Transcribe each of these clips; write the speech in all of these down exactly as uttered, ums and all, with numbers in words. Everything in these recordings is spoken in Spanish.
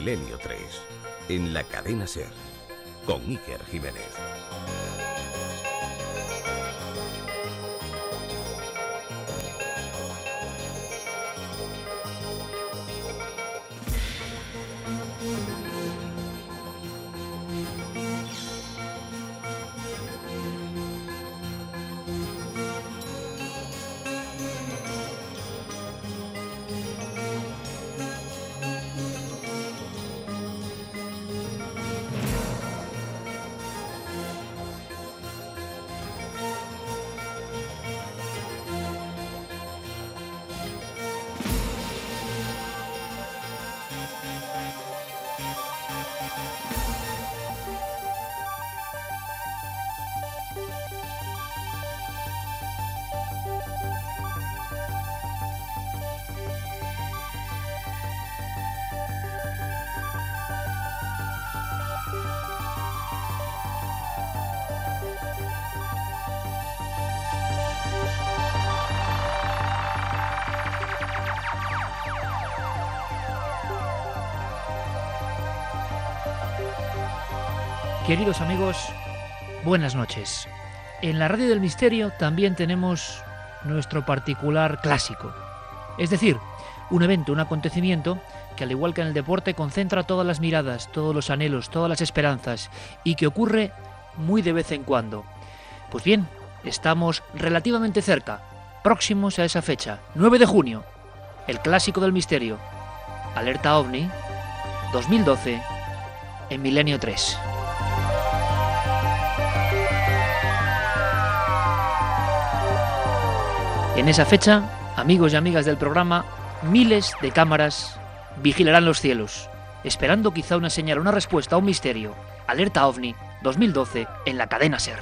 Milenio tres, en la cadena SER, con Iker Jiménez. Queridos amigos, buenas noches. En la Radio del Misterio también tenemos nuestro particular clásico. Es decir, un evento, un acontecimiento que, al igual que en el deporte, concentra todas las miradas, todos los anhelos, todas las esperanzas, y que ocurre muy de vez en cuando. Pues bien, estamos relativamente cerca, próximos a esa fecha, nueve de junio, el clásico del misterio, Alerta OVNI, dos mil doce, en Milenio tres. En esa fecha, amigos y amigas del programa, miles de cámaras vigilarán los cielos, esperando quizá una señal, una respuesta a un misterio. Alerta OVNI dos mil doce en la cadena SER.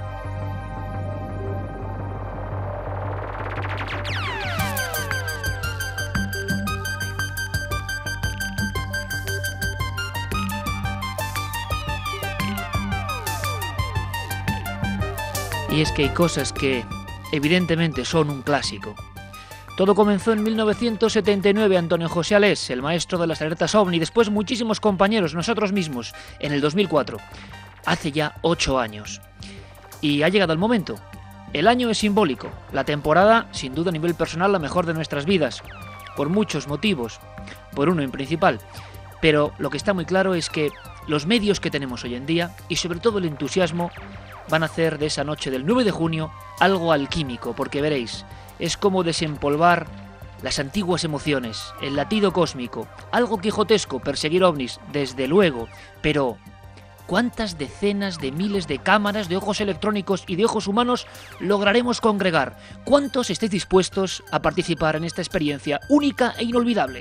Y es que hay cosas que evidentemente son un clásico. Todo comenzó en mil novecientos setenta y nueve, Antonio José Alés, el maestro de las alertas OVNI, y después muchísimos compañeros, nosotros mismos, en el dos mil cuatro, hace ya ocho años. Y ha llegado el momento. El año es simbólico, la temporada, sin duda a nivel personal, la mejor de nuestras vidas, por muchos motivos, por uno en principal. Pero lo que está muy claro es que los medios que tenemos hoy en día, y sobre todo el entusiasmo, van a hacer de esa noche del nueve de junio algo alquímico, porque veréis, es como desempolvar las antiguas emociones, el latido cósmico, algo quijotesco, perseguir ovnis, desde luego, pero ¿cuántas decenas de miles de cámaras, de ojos electrónicos y de ojos humanos lograremos congregar? ¿Cuántos estáis dispuestos a participar en esta experiencia única e inolvidable?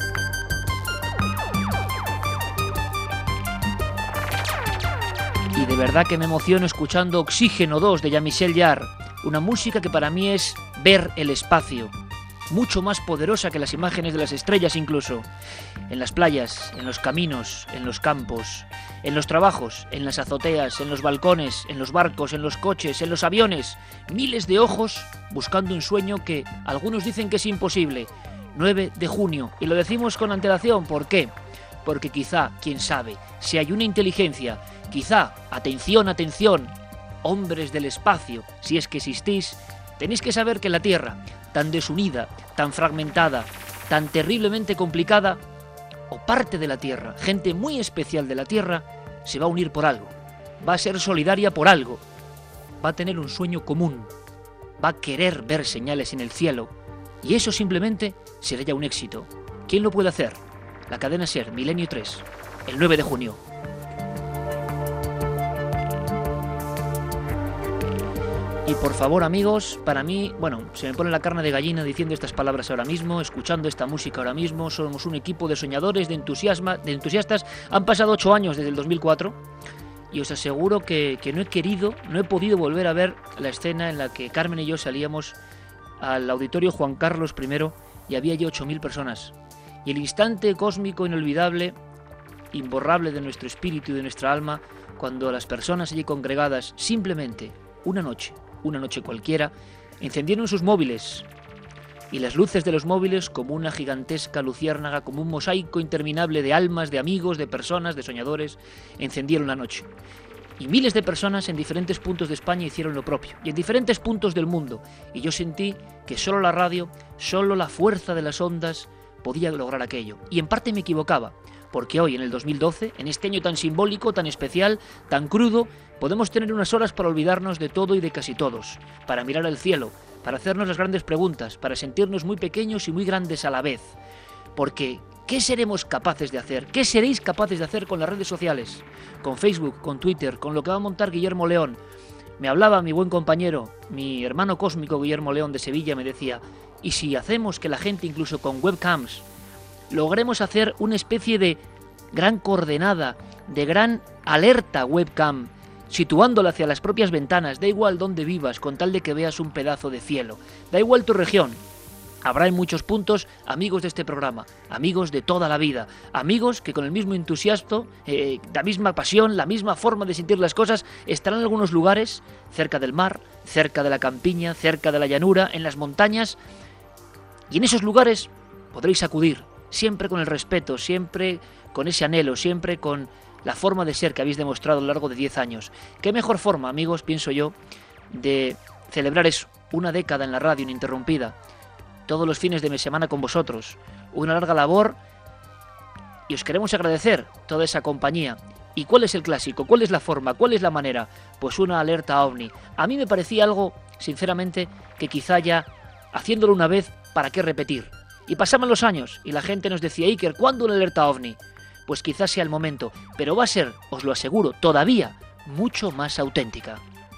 Y de verdad que me emociono escuchando Oxígeno dos de Jean-Michel Jarre, una música que para mí es ver el espacio, mucho más poderosa que las imágenes de las estrellas incluso. En las playas, en los caminos, en los campos, en los trabajos, en las azoteas, en los balcones, en los barcos, en los coches, en los aviones, miles de ojos buscando un sueño que algunos dicen que es imposible. nueve de junio, y lo decimos con antelación, ¿por qué? Porque quizá, quién sabe, si hay una inteligencia, quizá, atención, atención, hombres del espacio, si es que existís, tenéis que saber que la Tierra, tan desunida, tan fragmentada, tan terriblemente complicada, o parte de la Tierra, gente muy especial de la Tierra, se va a unir por algo, va a ser solidaria por algo, va a tener un sueño común, va a querer ver señales en el cielo, y eso simplemente será ya un éxito. ¿Quién lo puede hacer? La cadena SER, Milenio tres, el nueve de junio. Y por favor, amigos, para mí, bueno, se me pone la carne de gallina diciendo estas palabras ahora mismo, escuchando esta música ahora mismo. Somos un equipo de soñadores, de, entusiasma, de entusiastas. Han pasado ocho años desde el dos mil cuatro y os aseguro que, que no he querido, no he podido volver a ver la escena en la que Carmen y yo salíamos al auditorio Juan Carlos primero y había ya ocho mil personas. Y el instante cósmico inolvidable, imborrable de nuestro espíritu y de nuestra alma, cuando las personas allí congregadas, simplemente una noche, una noche cualquiera, encendieron sus móviles, y las luces de los móviles como una gigantesca luciérnaga, como un mosaico interminable de almas, de amigos, de personas, de soñadores, encendieron la noche. Y miles de personas en diferentes puntos de España hicieron lo propio, y en diferentes puntos del mundo, y yo sentí que solo la radio, solo la fuerza de las ondas podía lograr aquello. Y en parte me equivocaba, porque hoy, en el dos mil doce, en este año tan simbólico, tan especial, tan crudo, podemos tener unas horas para olvidarnos de todo y de casi todos, para mirar al cielo, para hacernos las grandes preguntas, para sentirnos muy pequeños y muy grandes a la vez. Porque, ¿qué seremos capaces de hacer? ¿Qué seréis capaces de hacer con las redes sociales? Con Facebook, con Twitter, con lo que va a montar Guillermo León. Me hablaba mi buen compañero, mi hermano cósmico Guillermo León de Sevilla, me decía, ¿y si hacemos que la gente, incluso con webcams, logremos hacer una especie de gran coordenada, de gran alerta webcam, situándola hacia las propias ventanas, da igual dónde vivas, con tal de que veas un pedazo de cielo, da igual tu región? Habrá en muchos puntos amigos de este programa, amigos de toda la vida, amigos que con el mismo entusiasmo, eh, la misma pasión, la misma forma de sentir las cosas, estarán en algunos lugares, cerca del mar, cerca de la campiña, cerca de la llanura, en las montañas, y en esos lugares podréis acudir, siempre con el respeto, siempre con ese anhelo, siempre con la forma de ser que habéis demostrado a lo largo de diez años. ¿Qué mejor forma, amigos, pienso yo, de celebrar eso? Una década en la radio ininterrumpida, todos los fines de mi semana con vosotros, una larga labor, y os queremos agradecer toda esa compañía. ¿Y cuál es el clásico? ¿Cuál es la forma? ¿Cuál es la manera? Pues una alerta ovni. A mí me parecía algo, sinceramente, que quizá ya, haciéndolo una vez, ¿para qué repetir? Y pasaban los años, y la gente nos decía, Iker, ¿cuándo una alerta ovni? Pues quizás sea el momento, pero va a ser, os lo aseguro, todavía mucho más auténtica.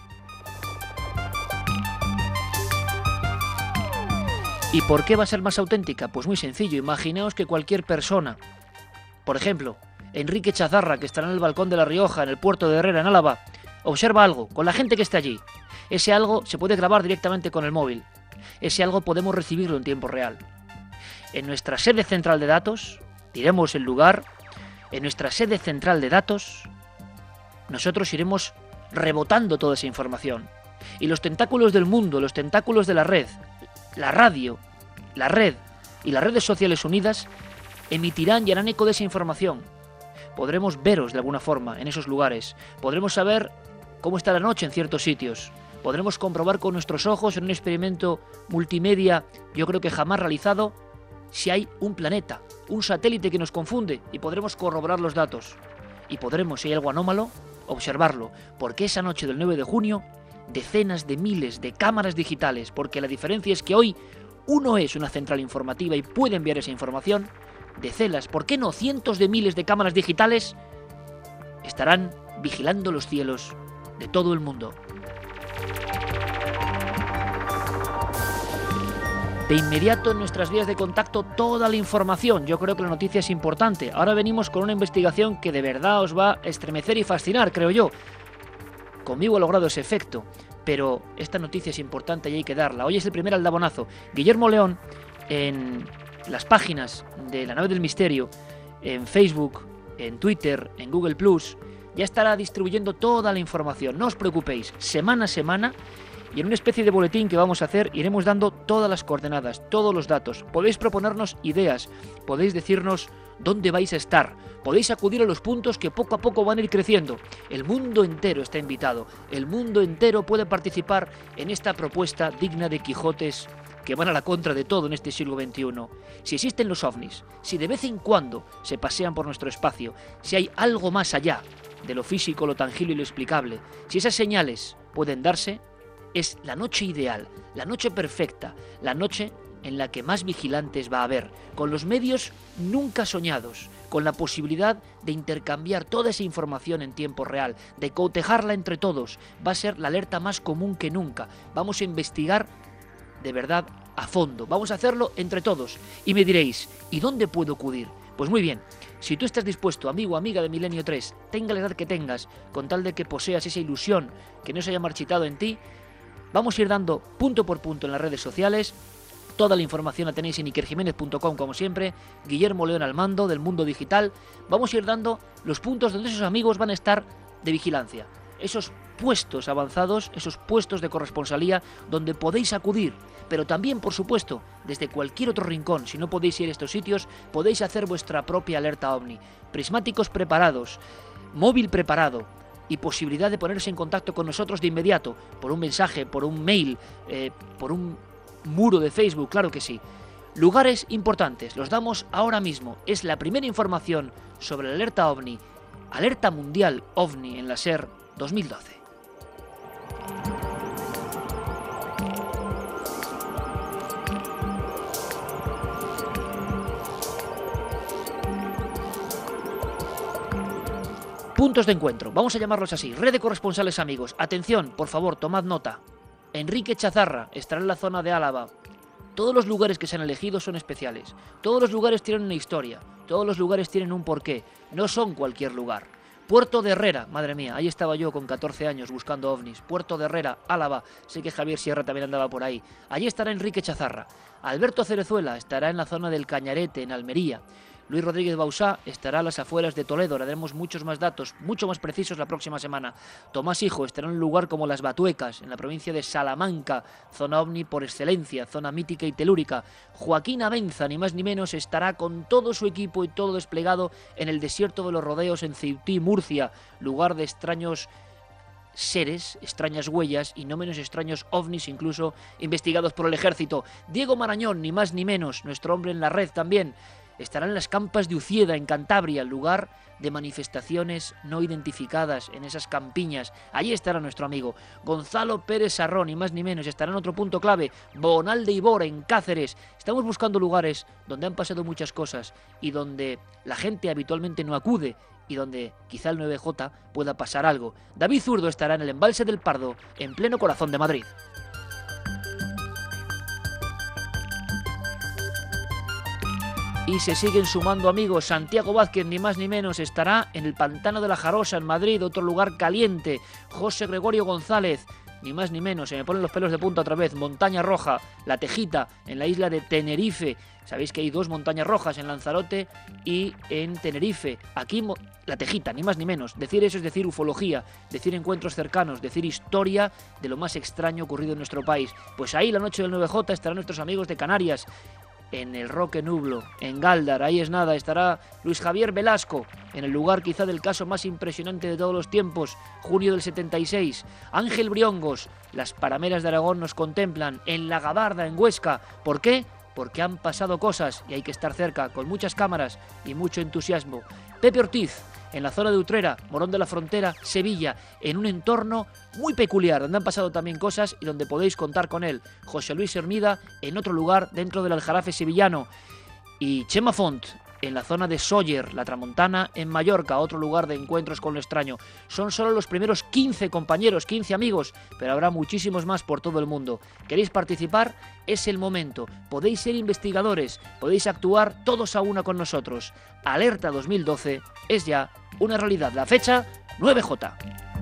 ¿Y por qué va a ser más auténtica? Pues muy sencillo, imaginaos que cualquier persona, por ejemplo, Enrique Chazarra, que estará en el balcón de La Rioja, en el puerto de Herrera, en Álava, observa algo, con la gente que esté allí. Ese algo se puede grabar directamente con el móvil. Ese algo podemos recibirlo en tiempo real. En nuestra sede central de datos, diremos el lugar, en nuestra sede central de datos, nosotros iremos rebotando toda esa información. Y los tentáculos del mundo, los tentáculos de la red, la radio, la red y las redes sociales unidas emitirán y harán eco de esa información. Podremos veros de alguna forma en esos lugares. Podremos saber cómo está la noche en ciertos sitios. Podremos comprobar con nuestros ojos en un experimento multimedia, yo creo que jamás realizado, si hay un planeta, un satélite que nos confunde, y podremos corroborar los datos. Y podremos, si hay algo anómalo, observarlo, porque esa noche del nueve de junio, decenas de miles de cámaras digitales, porque la diferencia es que hoy uno es una central informativa y puede enviar esa información, decenas, ¿por qué no cientos de miles de cámaras digitales estarán vigilando los cielos de todo el mundo? De inmediato en nuestras vías de contacto toda la información. Yo creo que la noticia es importante. Ahora venimos con una investigación que de verdad os va a estremecer y fascinar, creo yo. Conmigo ha logrado ese efecto, pero esta noticia es importante y hay que darla. Hoy es el primer aldabonazo. Guillermo León, en las páginas de La Nave del Misterio, en Facebook, en Twitter, en Google plus, ya estará distribuyendo toda la información. No os preocupéis, semana a semana, y en una especie de boletín que vamos a hacer, iremos dando todas las coordenadas, todos los datos. Podéis proponernos ideas, podéis decirnos dónde vais a estar, podéis acudir a los puntos que poco a poco van a ir creciendo. El mundo entero está invitado, el mundo entero puede participar en esta propuesta digna de Quijotes que van a la contra de todo en este siglo veintiuno. Si existen los ovnis, si de vez en cuando se pasean por nuestro espacio, si hay algo más allá de lo físico, lo tangible y lo explicable, si esas señales pueden darse, es la noche ideal, la noche perfecta, la noche en la que más vigilantes va a haber, con los medios nunca soñados, con la posibilidad de intercambiar toda esa información en tiempo real, de cotejarla entre todos. Va a ser la alerta más común que nunca. Vamos a investigar de verdad a fondo, vamos a hacerlo entre todos. Y me diréis, ¿y dónde puedo acudir? Pues muy bien, si tú estás dispuesto, amigo o amiga de Milenio tres, tenga la edad que tengas, con tal de que poseas esa ilusión que no se haya marchitado en ti, vamos a ir dando punto por punto en las redes sociales. Toda la información la tenéis en iker jiménez punto com como siempre. Guillermo León al mando del mundo digital. Vamos a ir dando los puntos donde esos amigos van a estar de vigilancia. Esos puestos avanzados, esos puestos de corresponsalía donde podéis acudir, pero también, por supuesto, desde cualquier otro rincón. Si no podéis ir a estos sitios, podéis hacer vuestra propia alerta OVNI. Prismáticos preparados, móvil preparado y posibilidad de ponerse en contacto con nosotros de inmediato, por un mensaje, por un mail, eh, por un muro de Facebook, claro que sí. Lugares importantes, los damos ahora mismo. Es la primera información sobre la alerta OVNI, Alerta Mundial OVNI en la SER dos mil doce. Puntos de encuentro, vamos a llamarlos así, red de corresponsales amigos. Atención, por favor, tomad nota. Enrique Chazarra estará en la zona de Álava. Todos los lugares que se han elegido son especiales. Todos los lugares tienen una historia. Todos los lugares tienen un porqué. No son cualquier lugar. Puerto de Herrera, madre mía, ahí estaba yo con catorce años buscando ovnis. Puerto de Herrera, Álava, sé que Javier Sierra también andaba por ahí. Allí estará Enrique Chazarra. Alberto Cerezuela estará en la zona del Cañarete, en Almería. Luis Rodríguez Bausá estará a las afueras de Toledo. Le daremos muchos más datos, mucho más precisos la próxima semana. Tomás Hijo estará en un lugar como Las Batuecas, en la provincia de Salamanca, zona ovni por excelencia, zona mítica y telúrica. Joaquín Abenza, ni más ni menos, estará con todo su equipo y todo desplegado en el desierto de los Rodeos en Ceutí, Murcia, lugar de extraños seres, extrañas huellas y no menos extraños ovnis, incluso investigados por el ejército. Diego Marañón, ni más ni menos, nuestro hombre en la red también, estará en las campas de Ucieda, en Cantabria, lugar de manifestaciones no identificadas en esas campiñas. Allí estará nuestro amigo Gonzalo Pérez Sarrón, ni más ni menos, estará en otro punto clave, Bonal de Ibor, en Cáceres. Estamos buscando lugares donde han pasado muchas cosas y donde la gente habitualmente no acude y donde quizá el nueve J pueda pasar algo. David Zurdo estará en el Embalse del Pardo, en pleno corazón de Madrid. Y se siguen sumando amigos. Santiago Vázquez, ni más ni menos, estará en el Pantano de la Jarosa, en Madrid, otro lugar caliente. José Gregorio González, ni más ni menos, se me ponen los pelos de punta otra vez. Montaña Roja, La Tejita, en la isla de Tenerife. Sabéis que hay dos montañas rojas, en Lanzarote y en Tenerife. Aquí La Tejita, ni más ni menos. Decir eso es decir ufología, decir encuentros cercanos, decir historia de lo más extraño ocurrido en nuestro país. Pues ahí la noche del nueve J estarán nuestros amigos de Canarias, en el Roque Nublo, en Gáldar. Ahí es nada, estará Luis Javier Velasco, en el lugar quizá del caso más impresionante de todos los tiempos, junio del setenta y seis. Ángel Briongos, las parameras de Aragón nos contemplan, en La Gabarda, en Huesca. ¿Por qué? Porque han pasado cosas y hay que estar cerca, con muchas cámaras y mucho entusiasmo. Pepe Ortiz, en la zona de Utrera, Morón de la Frontera, Sevilla, en un entorno muy peculiar, donde han pasado también cosas y donde podéis contar con él. José Luis Hermida, en otro lugar dentro del Aljarafe sevillano. Y Chema Font, en la zona de Sóller, La Tramontana, en Mallorca, otro lugar de encuentros con lo extraño. Son solo los primeros quince compañeros, quince amigos, pero habrá muchísimos más por todo el mundo. ¿Queréis participar? Es el momento. Podéis ser investigadores, podéis actuar todos a una con nosotros. Alerta dos mil doce es ya una realidad. La fecha, nueve J.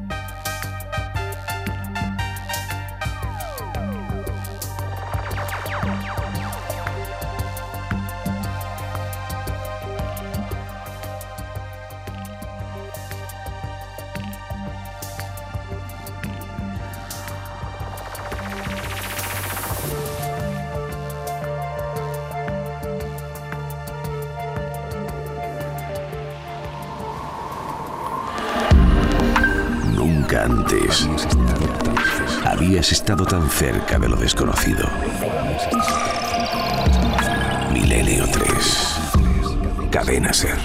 Antes habías estado tan cerca de lo desconocido. Milenio tres. Cadena SER.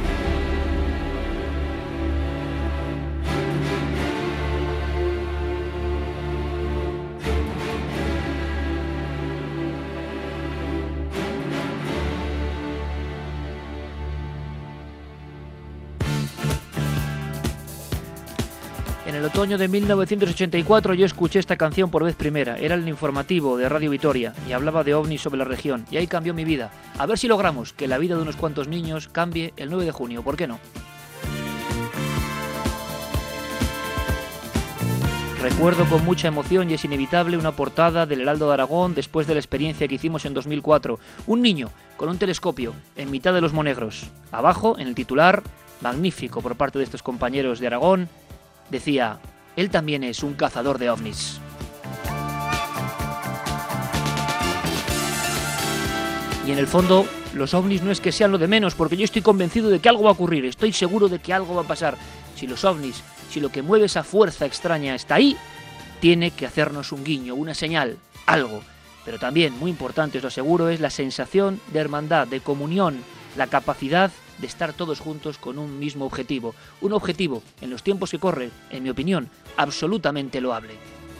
En el otoño de mil novecientos ochenta y cuatro yo escuché esta canción por vez primera. Era el informativo de Radio Vitoria y hablaba de ovnis sobre la región. Y ahí cambió mi vida. A ver si logramos que la vida de unos cuantos niños cambie el nueve de junio. ¿Por qué no? Recuerdo con mucha emoción, y es inevitable, una portada del Heraldo de Aragón después de la experiencia que hicimos en dos mil cuatro. Un niño con un telescopio en mitad de los Monegros. Abajo, en el titular, magnífico por parte de estos compañeros de Aragón, decía: él también es un cazador de ovnis. Y en el fondo, los ovnis no es que sean lo de menos, porque yo estoy convencido de que algo va a ocurrir, estoy seguro de que algo va a pasar. Si los ovnis, si lo que mueve esa fuerza extraña está ahí, tiene que hacernos un guiño, una señal, algo. Pero también, muy importante, os lo aseguro, es la sensación de hermandad, de comunión, la capacidad de estar todos juntos con un mismo objetivo. Un objetivo, en los tiempos que corren, en mi opinión, absolutamente loable.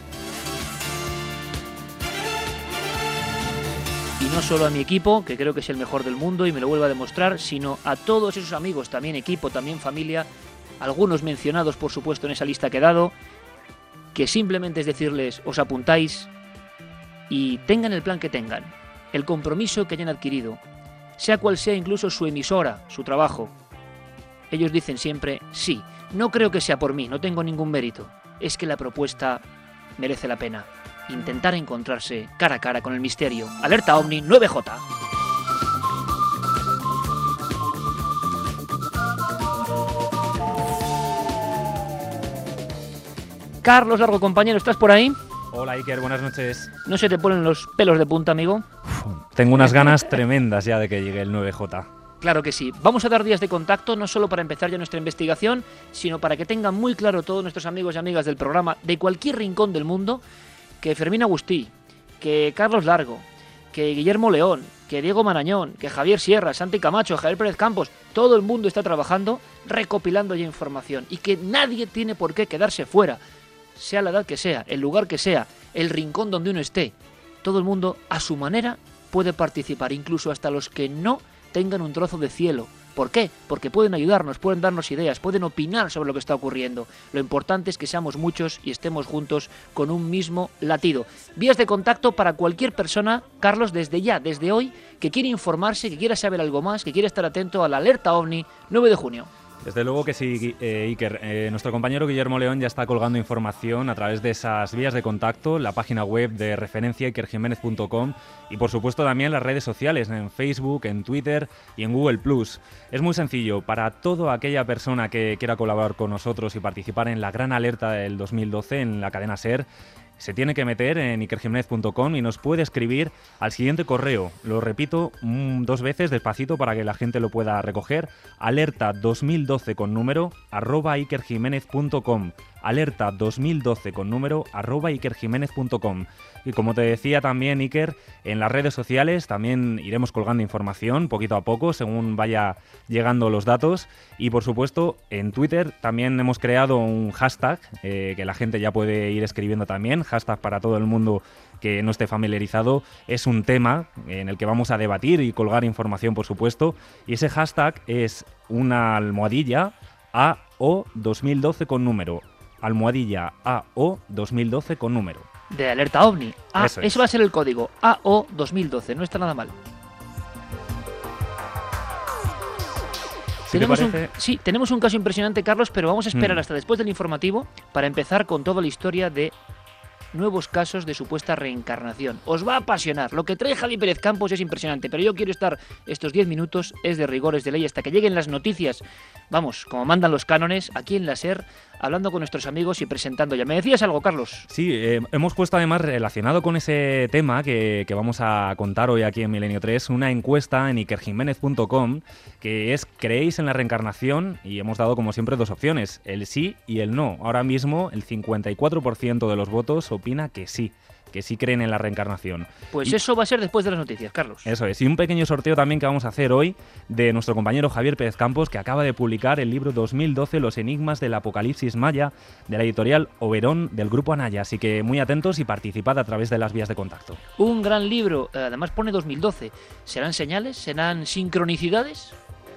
Y no solo a mi equipo, que creo que es el mejor del mundo y me lo vuelvo a demostrar, sino a todos esos amigos, también equipo, también familia, algunos mencionados por supuesto en esa lista que he dado, que simplemente es decirles, os apuntáis y tengan el plan que tengan, el compromiso que hayan adquirido, sea cual sea incluso su emisora, su trabajo. Ellos dicen siempre, sí, no creo que sea por mí, no tengo ningún mérito, es que la propuesta merece la pena. Intentar encontrarse cara a cara con el misterio. Alerta OVNI nueve J. Carlos Largo, compañero, ¿estás por ahí? Hola Iker, buenas noches. ¿No se te ponen los pelos de punta, amigo? Uf, tengo unas ganas tremendas ya de que llegue el nueve J. Claro que sí. Vamos a dar días de contacto, no solo para empezar ya nuestra investigación, sino para que tengan muy claro todos nuestros amigos y amigas del programa, de cualquier rincón del mundo, que Fermín Agustí, que Carlos Largo, que Guillermo León, que Diego Marañón, que Javier Sierra, Santi Camacho, Javier Pérez Campos, todo el mundo está trabajando, recopilando ya información y que nadie tiene por qué quedarse fuera, sea la edad que sea, el lugar que sea, el rincón donde uno esté. Todo el mundo, a su manera, puede participar, incluso hasta los que no tengan un trozo de cielo. ¿Por qué? Porque pueden ayudarnos, pueden darnos ideas, pueden opinar sobre lo que está ocurriendo. Lo importante es que seamos muchos y estemos juntos con un mismo latido. Vías de contacto para cualquier persona, Carlos, desde ya, desde hoy, que quiere informarse, que quiera saber algo más, que quiera estar atento a la alerta OVNI nueve de junio. Desde luego que sí, eh, Iker. Eh, nuestro compañero Guillermo León ya está colgando información a través de esas vías de contacto, la página web de referencia iker jiménez punto com y por supuesto también las redes sociales, en Facebook, en Twitter y en Google plus. Es muy sencillo, para toda aquella persona que quiera colaborar con nosotros y participar en la gran alerta del dos mil doce en la cadena SER, se tiene que meter en iker jiménez punto com y nos puede escribir al siguiente correo. Lo repito mm, dos veces despacito para que la gente lo pueda recoger. Alerta dos mil doce con número arroba iker jiménez punto com. Alerta dos mil doce con número arroba iker jiménez punto com. Y como te decía también, Iker, en las redes sociales también iremos colgando información poquito a poco según vaya llegando los datos. Y por supuesto en Twitter también hemos creado un hashtag eh, que la gente ya puede ir escribiendo también. Hashtag para todo el mundo que no esté familiarizado. Es un tema en el que vamos a debatir y colgar información, por supuesto. Y ese hashtag es una almohadilla A O dos mil doce con número. Almohadilla A O dos mil doce con número. De alerta OVNI. Ah, eso, eso va a ser el código. A O dos mil doce. No está nada mal. ¿Sí tenemos te un, parece? sí, tenemos un caso impresionante, Carlos, pero vamos a esperar Mm. hasta después del informativo para empezar con toda la historia de nuevos casos de supuesta reencarnación. Os va a apasionar. Lo que trae Javi Pérez Campos es impresionante, pero yo quiero estar estos diez minutos, es de rigores de ley, hasta que lleguen las noticias, vamos, como mandan los cánones, aquí en la SER, hablando con nuestros amigos y presentando ya. ¿Me decías algo, Carlos? Sí, eh, hemos puesto además relacionado con ese tema que, que vamos a contar hoy aquí en Milenio tres, una encuesta en iker jiménez punto com que es ¿creéis en la reencarnación? Y hemos dado como siempre dos opciones, el sí y el no. Ahora mismo el cincuenta y cuatro por ciento de los votos opina que sí, que sí creen en la reencarnación. Pues Y- eso va a ser después de las noticias, Carlos. Eso es, y un pequeño sorteo también que vamos a hacer hoy de nuestro compañero Javier Pérez Campos, que acaba de publicar el libro dos mil doce, Los enigmas del apocalipsis maya, de la editorial Oberón del Grupo Anaya. Así que muy atentos y participad a través de las vías de contacto. Un gran libro, eh, además pone dos mil doce. ¿Serán señales? ¿Serán sincronicidades?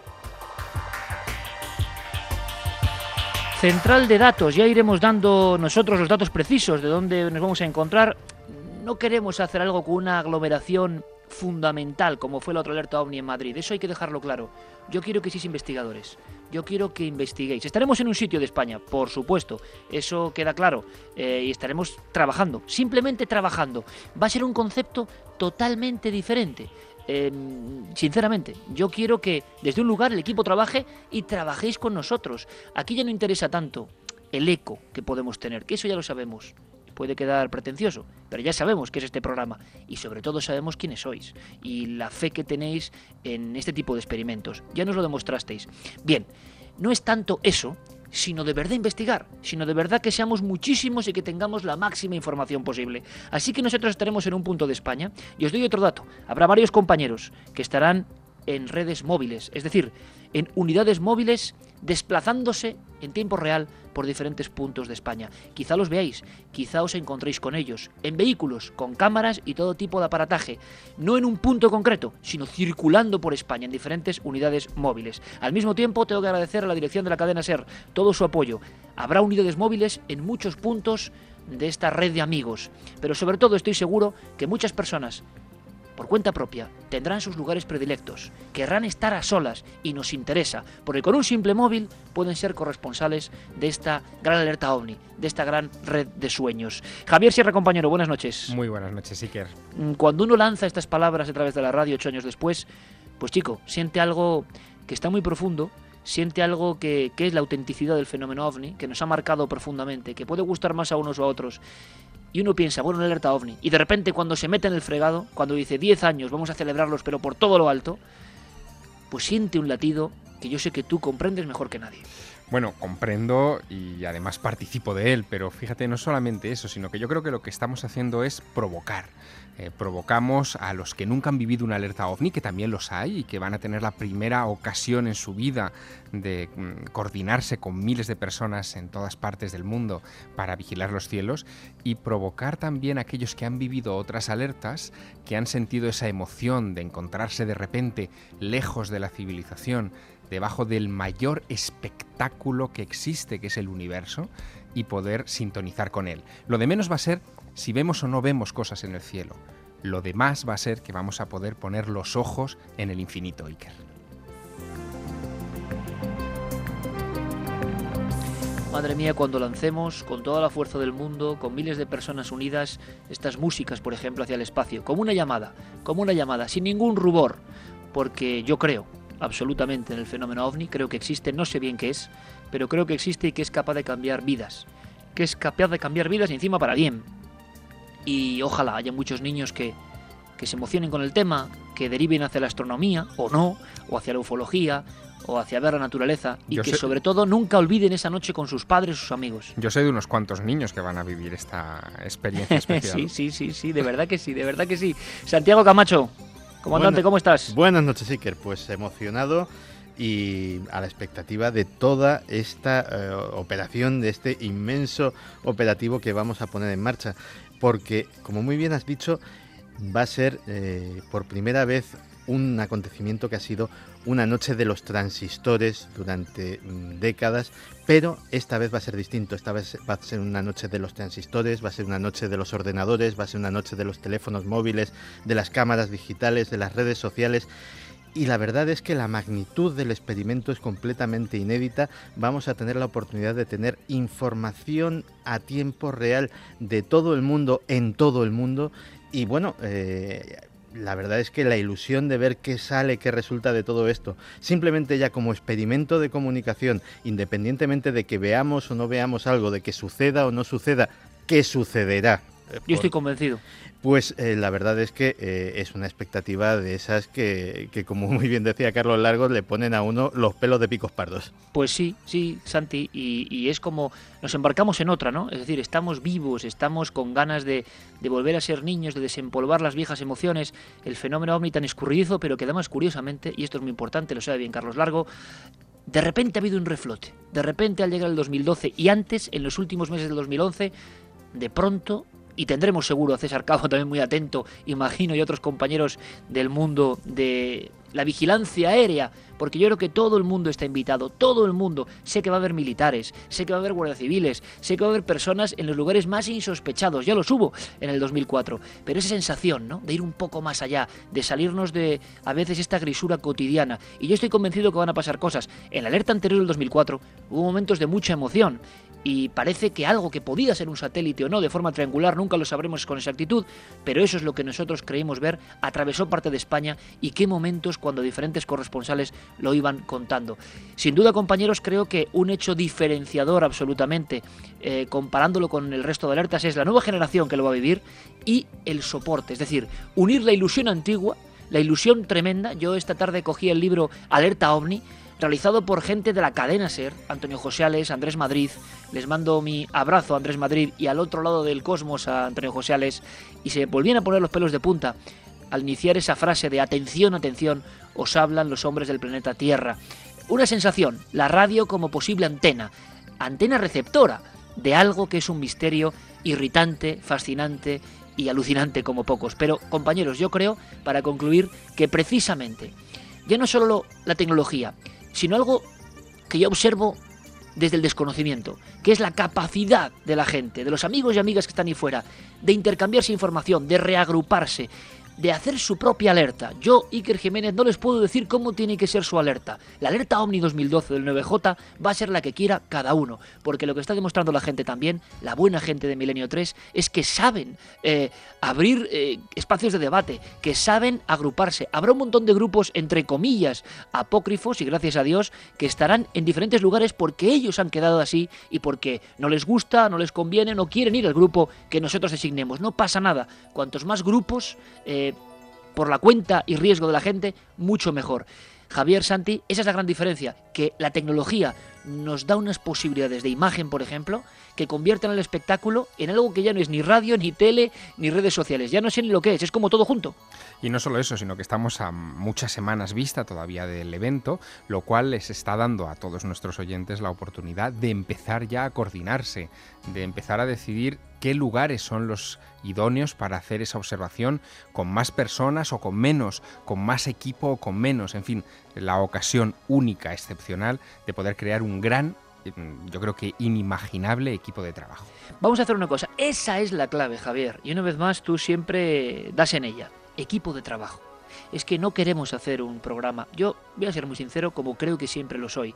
Central de datos, ya iremos dando nosotros los datos precisos de dónde nos vamos a encontrar. No queremos hacer algo con una aglomeración fundamental como fue la otra alerta OVNI en Madrid, eso hay que dejarlo claro. Yo quiero que seáis investigadores, yo quiero que investiguéis. Estaremos en un sitio de España, por supuesto, eso queda claro, eh, y estaremos trabajando, simplemente trabajando. Va a ser un concepto totalmente diferente. Eh, sinceramente, yo quiero que desde un lugar el equipo trabaje y trabajéis con nosotros. Aquí ya no interesa tanto el eco que podemos tener, que eso ya lo sabemos. Puede quedar pretencioso, pero ya sabemos qué es este programa y sobre todo sabemos quiénes sois y la fe que tenéis en este tipo de experimentos. Ya nos lo demostrasteis. Bien, no es tanto eso, sino de verdad investigar, sino de verdad que seamos muchísimos y que tengamos la máxima información posible. Así que nosotros estaremos en un punto de España y os doy otro dato. Habrá varios compañeros que estarán en redes móviles, es decir, en unidades móviles desplazándose en tiempo real por diferentes puntos de España. Quizá los veáis, quizá os encontréis con ellos, en vehículos, con cámaras y todo tipo de aparataje, no en un punto concreto, sino circulando por España en diferentes unidades móviles. Al mismo tiempo, tengo que agradecer a la dirección de la cadena SER todo su apoyo. Habrá unidades móviles en muchos puntos de esta red de amigos, pero sobre todo estoy seguro que muchas personas por cuenta propia, tendrán sus lugares predilectos, querrán estar a solas y nos interesa, porque con un simple móvil pueden ser corresponsales de esta gran alerta OVNI, de esta gran red de sueños. Javier Sierra, compañero, buenas noches. Muy buenas noches, Iker. Cuando uno lanza estas palabras a través de la radio ocho años después, pues chico, siente algo que está muy profundo, siente algo que, que es la autenticidad del fenómeno OVNI, que nos ha marcado profundamente, que puede gustar más a unos o a otros. Y uno piensa, bueno, una alerta OVNI. Y de repente cuando se mete en el fregado, cuando dice diez años, vamos a celebrarlos, pero por todo lo alto, pues siente un latido que yo sé que tú comprendes mejor que nadie. Bueno, comprendo y además participo de él, pero fíjate, no solamente eso, sino que yo creo que lo que estamos haciendo es provocar. Eh, provocamos a los que nunca han vivido una alerta OVNI, que también los hay y que van a tener la primera ocasión en su vida de mm, coordinarse con miles de personas en todas partes del mundo para vigilar los cielos, y provocar también a aquellos que han vivido otras alertas, que han sentido esa emoción de encontrarse de repente lejos de la civilización, debajo del mayor espectáculo que existe, que es el universo, y poder sintonizar con él. Lo de menos va a ser si vemos o no vemos cosas en el cielo. Lo demás va a ser que vamos a poder poner los ojos en el infinito, Iker. Madre mía, cuando lancemos con toda la fuerza del mundo, con miles de personas unidas, estas músicas, por ejemplo, hacia el espacio, como una llamada, como una llamada, sin ningún rubor, porque yo creo absolutamente en el fenómeno OVNI, creo que existe, no sé bien qué es, pero creo que existe y que es capaz de cambiar vidas, que es capaz de cambiar vidas y encima para bien. Y ojalá haya muchos niños que, que se emocionen con el tema, que deriven hacia la astronomía, o no, o hacia la ufología, o hacia ver la naturaleza, y Yo que sé... sobre todo nunca olviden esa noche con sus padres o sus amigos. Yo sé de unos cuantos niños que van a vivir esta experiencia especial. Sí, sí, sí, sí, de verdad que sí, de verdad que sí. Santiago Camacho, comandante, Buena, ¿cómo estás? Buenas noches, Iker. Pues emocionado y a la expectativa de toda esta eh, operación, de este inmenso operativo que vamos a poner en marcha. Porque, como muy bien has dicho, va a ser eh, por primera vez un acontecimiento que ha sido una noche de los transistores durante mm, décadas, pero esta vez va a ser distinto. Esta vez va a ser una noche de los transistores, va a ser una noche de los ordenadores, va a ser una noche de los teléfonos móviles, de las cámaras digitales, de las redes sociales. Y la verdad es que la magnitud del experimento es completamente inédita. Vamos a tener la oportunidad de tener información a tiempo real de todo el mundo, en todo el mundo. Y bueno, eh, la verdad es que la ilusión de ver qué sale, qué resulta de todo esto, simplemente ya como experimento de comunicación, independientemente de que veamos o no veamos algo, de que suceda o no suceda, ¿qué sucederá? Yo estoy convencido. Pues eh, la verdad es que eh, es una expectativa de esas que, que, como muy bien decía Carlos Largos, le ponen a uno los pelos de picos pardos. Pues sí, sí, Santi, y, y es como nos embarcamos en otra, ¿no? Es decir, estamos vivos, estamos con ganas de, de volver a ser niños, de desempolvar las viejas emociones, el fenómeno OVNI tan escurridizo, pero que además, curiosamente, y esto es muy importante, lo sabe bien Carlos Largo, de repente ha habido un reflote, de repente al llegar el dos mil doce y antes, en los últimos meses del dos mil once, de pronto... Y tendremos seguro a César Cabo también muy atento, imagino, y otros compañeros del mundo de la vigilancia aérea, porque yo creo que todo el mundo está invitado, todo el mundo. Sé que va a haber militares, sé que va a haber guardias civiles, sé que va a haber personas en los lugares más insospechados, ya los hubo en el dos mil cuatro, pero esa sensación, ¿no?, de ir un poco más allá, de salirnos de a veces esta grisura cotidiana. Y yo estoy convencido que van a pasar cosas. En la alerta anterior del dos mil cuatro hubo momentos de mucha emoción, y parece que algo que podía ser un satélite o no de forma triangular, nunca lo sabremos con exactitud, pero eso es lo que nosotros creímos ver, atravesó parte de España y qué momentos cuando diferentes corresponsales lo iban contando. Sin duda, compañeros, creo que un hecho diferenciador absolutamente, eh, comparándolo con el resto de alertas, es la nueva generación que lo va a vivir y el soporte, es decir, unir la ilusión antigua, la ilusión tremenda. Yo esta tarde cogí el libro Alerta OVNI, realizado por gente de la cadena SER, Antonio José, Andrés Madrid. Les mando mi abrazo a Andrés Madrid y al otro lado del cosmos a Antonio José, y se volvían a poner los pelos de punta al iniciar esa frase de atención, atención, os hablan los hombres del planeta Tierra. Una sensación, la radio como posible antena, antena receptora de algo que es un misterio irritante, fascinante y alucinante como pocos. Pero, compañeros, yo creo, para concluir, que precisamente, ya no solo la tecnología, sino algo que yo observo desde el desconocimiento, que es la capacidad de la gente, de los amigos y amigas que están ahí fuera, de intercambiarse información, de reagruparse, de hacer su propia alerta. Yo, Iker Jiménez, no les puedo decir cómo tiene que ser su alerta. La alerta OVNI dos mil doce del nueve J va a ser la que quiera cada uno, porque lo que está demostrando la gente también, la buena gente de Milenio tres, es que saben eh, abrir eh, espacios de debate, que saben agruparse. Habrá un montón de grupos, entre comillas, apócrifos, y gracias a Dios, que estarán en diferentes lugares porque ellos han quedado así y porque no les gusta, no les conviene, no quieren ir al grupo que nosotros designemos. No pasa nada. Cuantos más grupos... Eh, por la cuenta y riesgo de la gente, mucho mejor. Javier, Santi, esa es la gran diferencia, que la tecnología nos da unas posibilidades de imagen, por ejemplo, que convierten el espectáculo en algo que ya no es ni radio, ni tele, ni redes sociales. Ya no sé ni lo que es, es como todo junto. Y no solo eso, sino que estamos a muchas semanas vista todavía del evento, lo cual les está dando a todos nuestros oyentes la oportunidad de empezar ya a coordinarse, de empezar a decidir qué lugares son los idóneos para hacer esa observación, con más personas o con menos, con más equipo o con menos, en fin, la ocasión única, excepcional, de poder crear un gran, yo creo que inimaginable equipo de trabajo. Vamos a hacer una cosa, esa es la clave, Javier, y una vez más tú siempre das en ella, equipo de trabajo. Es que no queremos hacer un programa, yo voy a ser muy sincero, como creo que siempre lo soy.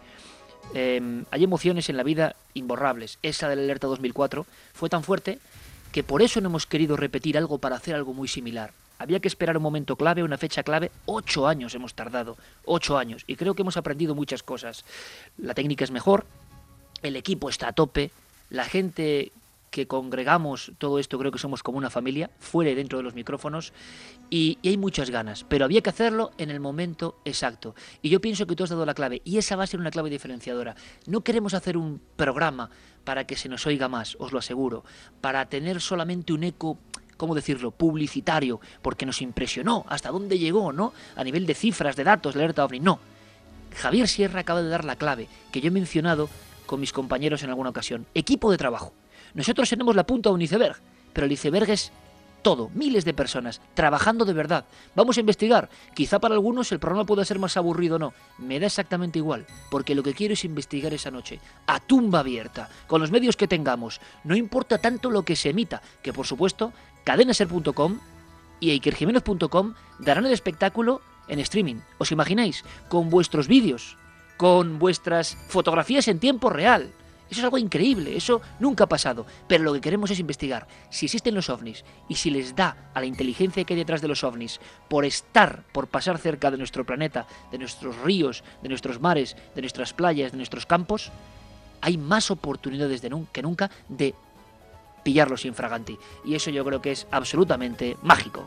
Eh, hay emociones en la vida imborrables. Esa del Alerta dos mil cuatro fue tan fuerte que por eso no hemos querido repetir algo para hacer algo muy similar. Había que esperar un momento clave, una fecha clave. Ocho años hemos tardado, ocho años, y creo que hemos aprendido muchas cosas. La técnica es mejor, el equipo está a tope, la gente que congregamos todo esto creo que somos como una familia, fuera y dentro de los micrófonos, y, y hay muchas ganas, pero había que hacerlo en el momento exacto. Y yo pienso que tú has dado la clave, y esa va a ser una clave diferenciadora. No queremos hacer un programa para que se nos oiga más, os lo aseguro, para tener solamente un eco, ¿cómo decirlo?, publicitario, porque nos impresionó hasta dónde llegó, ¿no?, a nivel de cifras, de datos, la alerta OVNI. No, Javier Sierra acaba de dar la clave, que yo he mencionado con mis compañeros en alguna ocasión. Equipo de trabajo. Nosotros tenemos la punta de un iceberg, pero el iceberg es todo, miles de personas, trabajando de verdad. Vamos a investigar. Quizá para algunos el programa pueda ser más aburrido o no. Me da exactamente igual, porque lo que quiero es investigar esa noche, a tumba abierta, con los medios que tengamos. No importa tanto lo que se emita, que por supuesto, cadenaser punto com y ikerjimenez punto com darán el espectáculo en streaming. ¿Os imagináis? Con vuestros vídeos, con vuestras fotografías en tiempo real. Eso es algo increíble, eso nunca ha pasado, pero lo que queremos es investigar si existen los ovnis y si les da a la inteligencia que hay detrás de los ovnis por estar, por pasar cerca de nuestro planeta, de nuestros ríos, de nuestros mares, de nuestras playas, de nuestros campos, hay más oportunidades de nun- que nunca de pillarlos infraganti, y eso yo creo que es absolutamente mágico.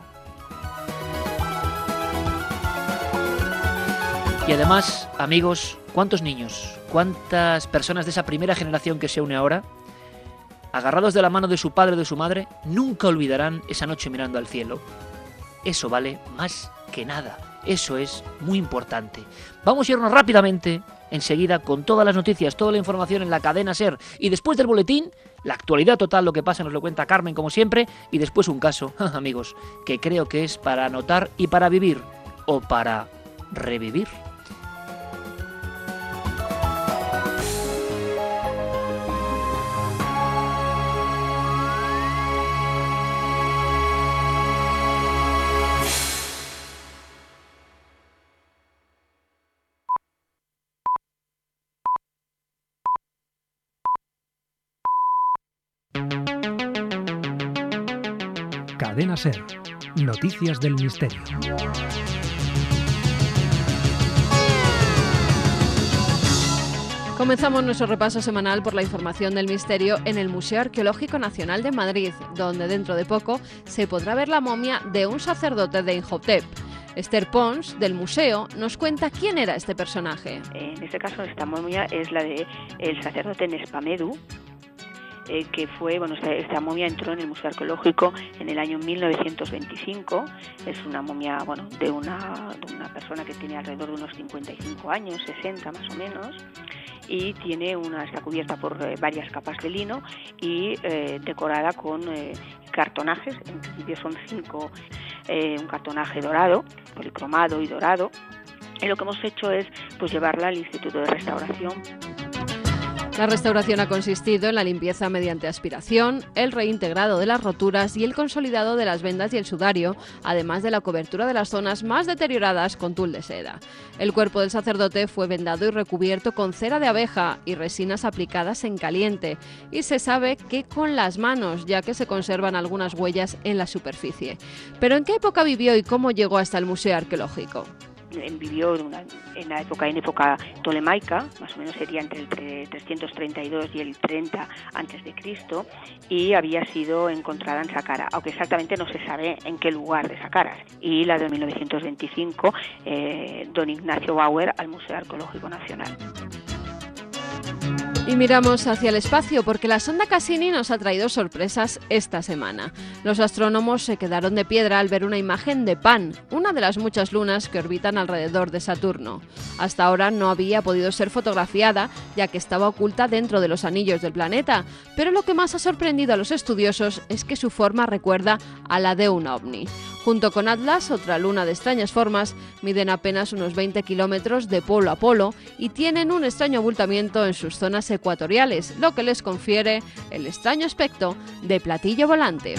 Y además, amigos, ¿cuántos niños, cuántas personas de esa primera generación que se une ahora, agarrados de la mano de su padre o de su madre, nunca olvidarán esa noche mirando al cielo? Eso vale más que nada. Eso es muy importante. Vamos a irnos rápidamente, enseguida, con todas las noticias, toda la información en la cadena SER. Y después del boletín, la actualidad total, lo que pasa nos lo cuenta Carmen como siempre. Y después un caso, amigos, que creo que es para anotar y para vivir, o para revivir. Cadena SER. Noticias del Misterio. Comenzamos nuestro repaso semanal por la información del misterio en el Museo Arqueológico Nacional de Madrid, donde dentro de poco se podrá ver la momia de un sacerdote de Imhotep. Esther Pons, del museo, nos cuenta quién era este personaje. En este caso, esta momia es la de el sacerdote Nespamedu, eh, que fue, bueno, esta, esta momia entró en el Museo Arqueológico en el año mil novecientos veinticinco. Es una momia, bueno, de una, de una persona que tiene alrededor de unos cincuenta y cinco años, sesenta más o menos, y tiene una, está cubierta por eh, varias capas de lino y eh, decorada con eh, cartonajes. En principio son cinco, eh, un cartonaje dorado, policromado y dorado. Y lo que hemos hecho es pues llevarla al Instituto de Restauración. La restauración ha consistido en la limpieza mediante aspiración, el reintegrado de las roturas y el consolidado de las vendas y el sudario, además de la cobertura de las zonas más deterioradas con tul de seda. El cuerpo del sacerdote fue vendado y recubierto con cera de abeja y resinas aplicadas en caliente, y se sabe que con las manos, ya que se conservan algunas huellas en la superficie. ¿Pero en qué época vivió y cómo llegó hasta el Museo Arqueológico? Vivió en, una, en la época en época tolemaica, más o menos sería entre el trescientos treinta y dos y el treinta antes de Cristo, y había sido encontrada en Saqqara, aunque exactamente no se sabe en qué lugar de Saqqara. Y la de mil novecientos veinticinco, eh, don Ignacio Bauer al Museo Arqueológico Nacional. Y miramos hacia el espacio porque la sonda Cassini nos ha traído sorpresas esta semana. Los astrónomos se quedaron de piedra al ver una imagen de Pan, una de las muchas lunas que orbitan alrededor de Saturno. Hasta ahora no había podido ser fotografiada, ya que estaba oculta dentro de los anillos del planeta, pero lo que más ha sorprendido a los estudiosos es que su forma recuerda a la de un ovni. Junto con Atlas, otra luna de extrañas formas, miden apenas unos veinte kilómetros de polo a polo y tienen un extraño abultamiento en sus zonas ecuatoriales, lo que les confiere el extraño aspecto de platillo volante.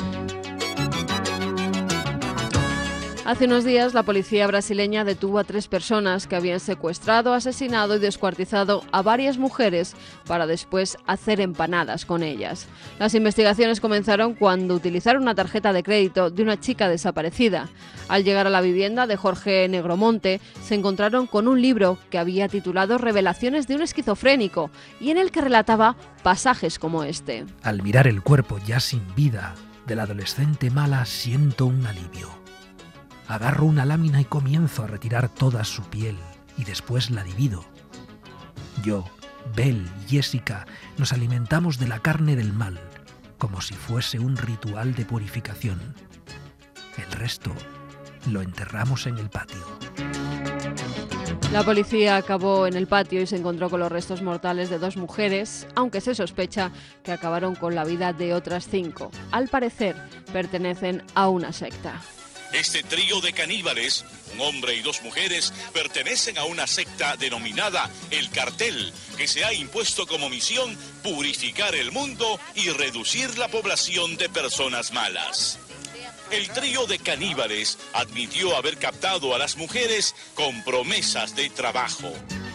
Hace unos días, la policía brasileña detuvo a tres personas que habían secuestrado, asesinado y descuartizado a varias mujeres para después hacer empanadas con ellas. Las investigaciones comenzaron cuando utilizaron una tarjeta de crédito de una chica desaparecida. Al llegar a la vivienda de Jorge Negromonte, se encontraron con un libro que había titulado Revelaciones de un esquizofrénico y en el que relataba pasajes como este. Al mirar el cuerpo ya sin vida del adolescente mala, siento un alivio. Agarro una lámina y comienzo a retirar toda su piel y después la divido. Yo, Bell y Jessica nos alimentamos de la carne del mal, como si fuese un ritual de purificación. El resto lo enterramos en el patio. La policía acabó en el patio y se encontró con los restos mortales de dos mujeres, aunque se sospecha que acabaron con la vida de otras cinco. Al parecer, pertenecen a una secta. Este trío de caníbales, un hombre y dos mujeres, pertenecen a una secta denominada El Cartel, que se ha impuesto como misión purificar el mundo y reducir la población de personas malas. El trío de caníbales admitió haber captado a las mujeres con promesas de trabajo.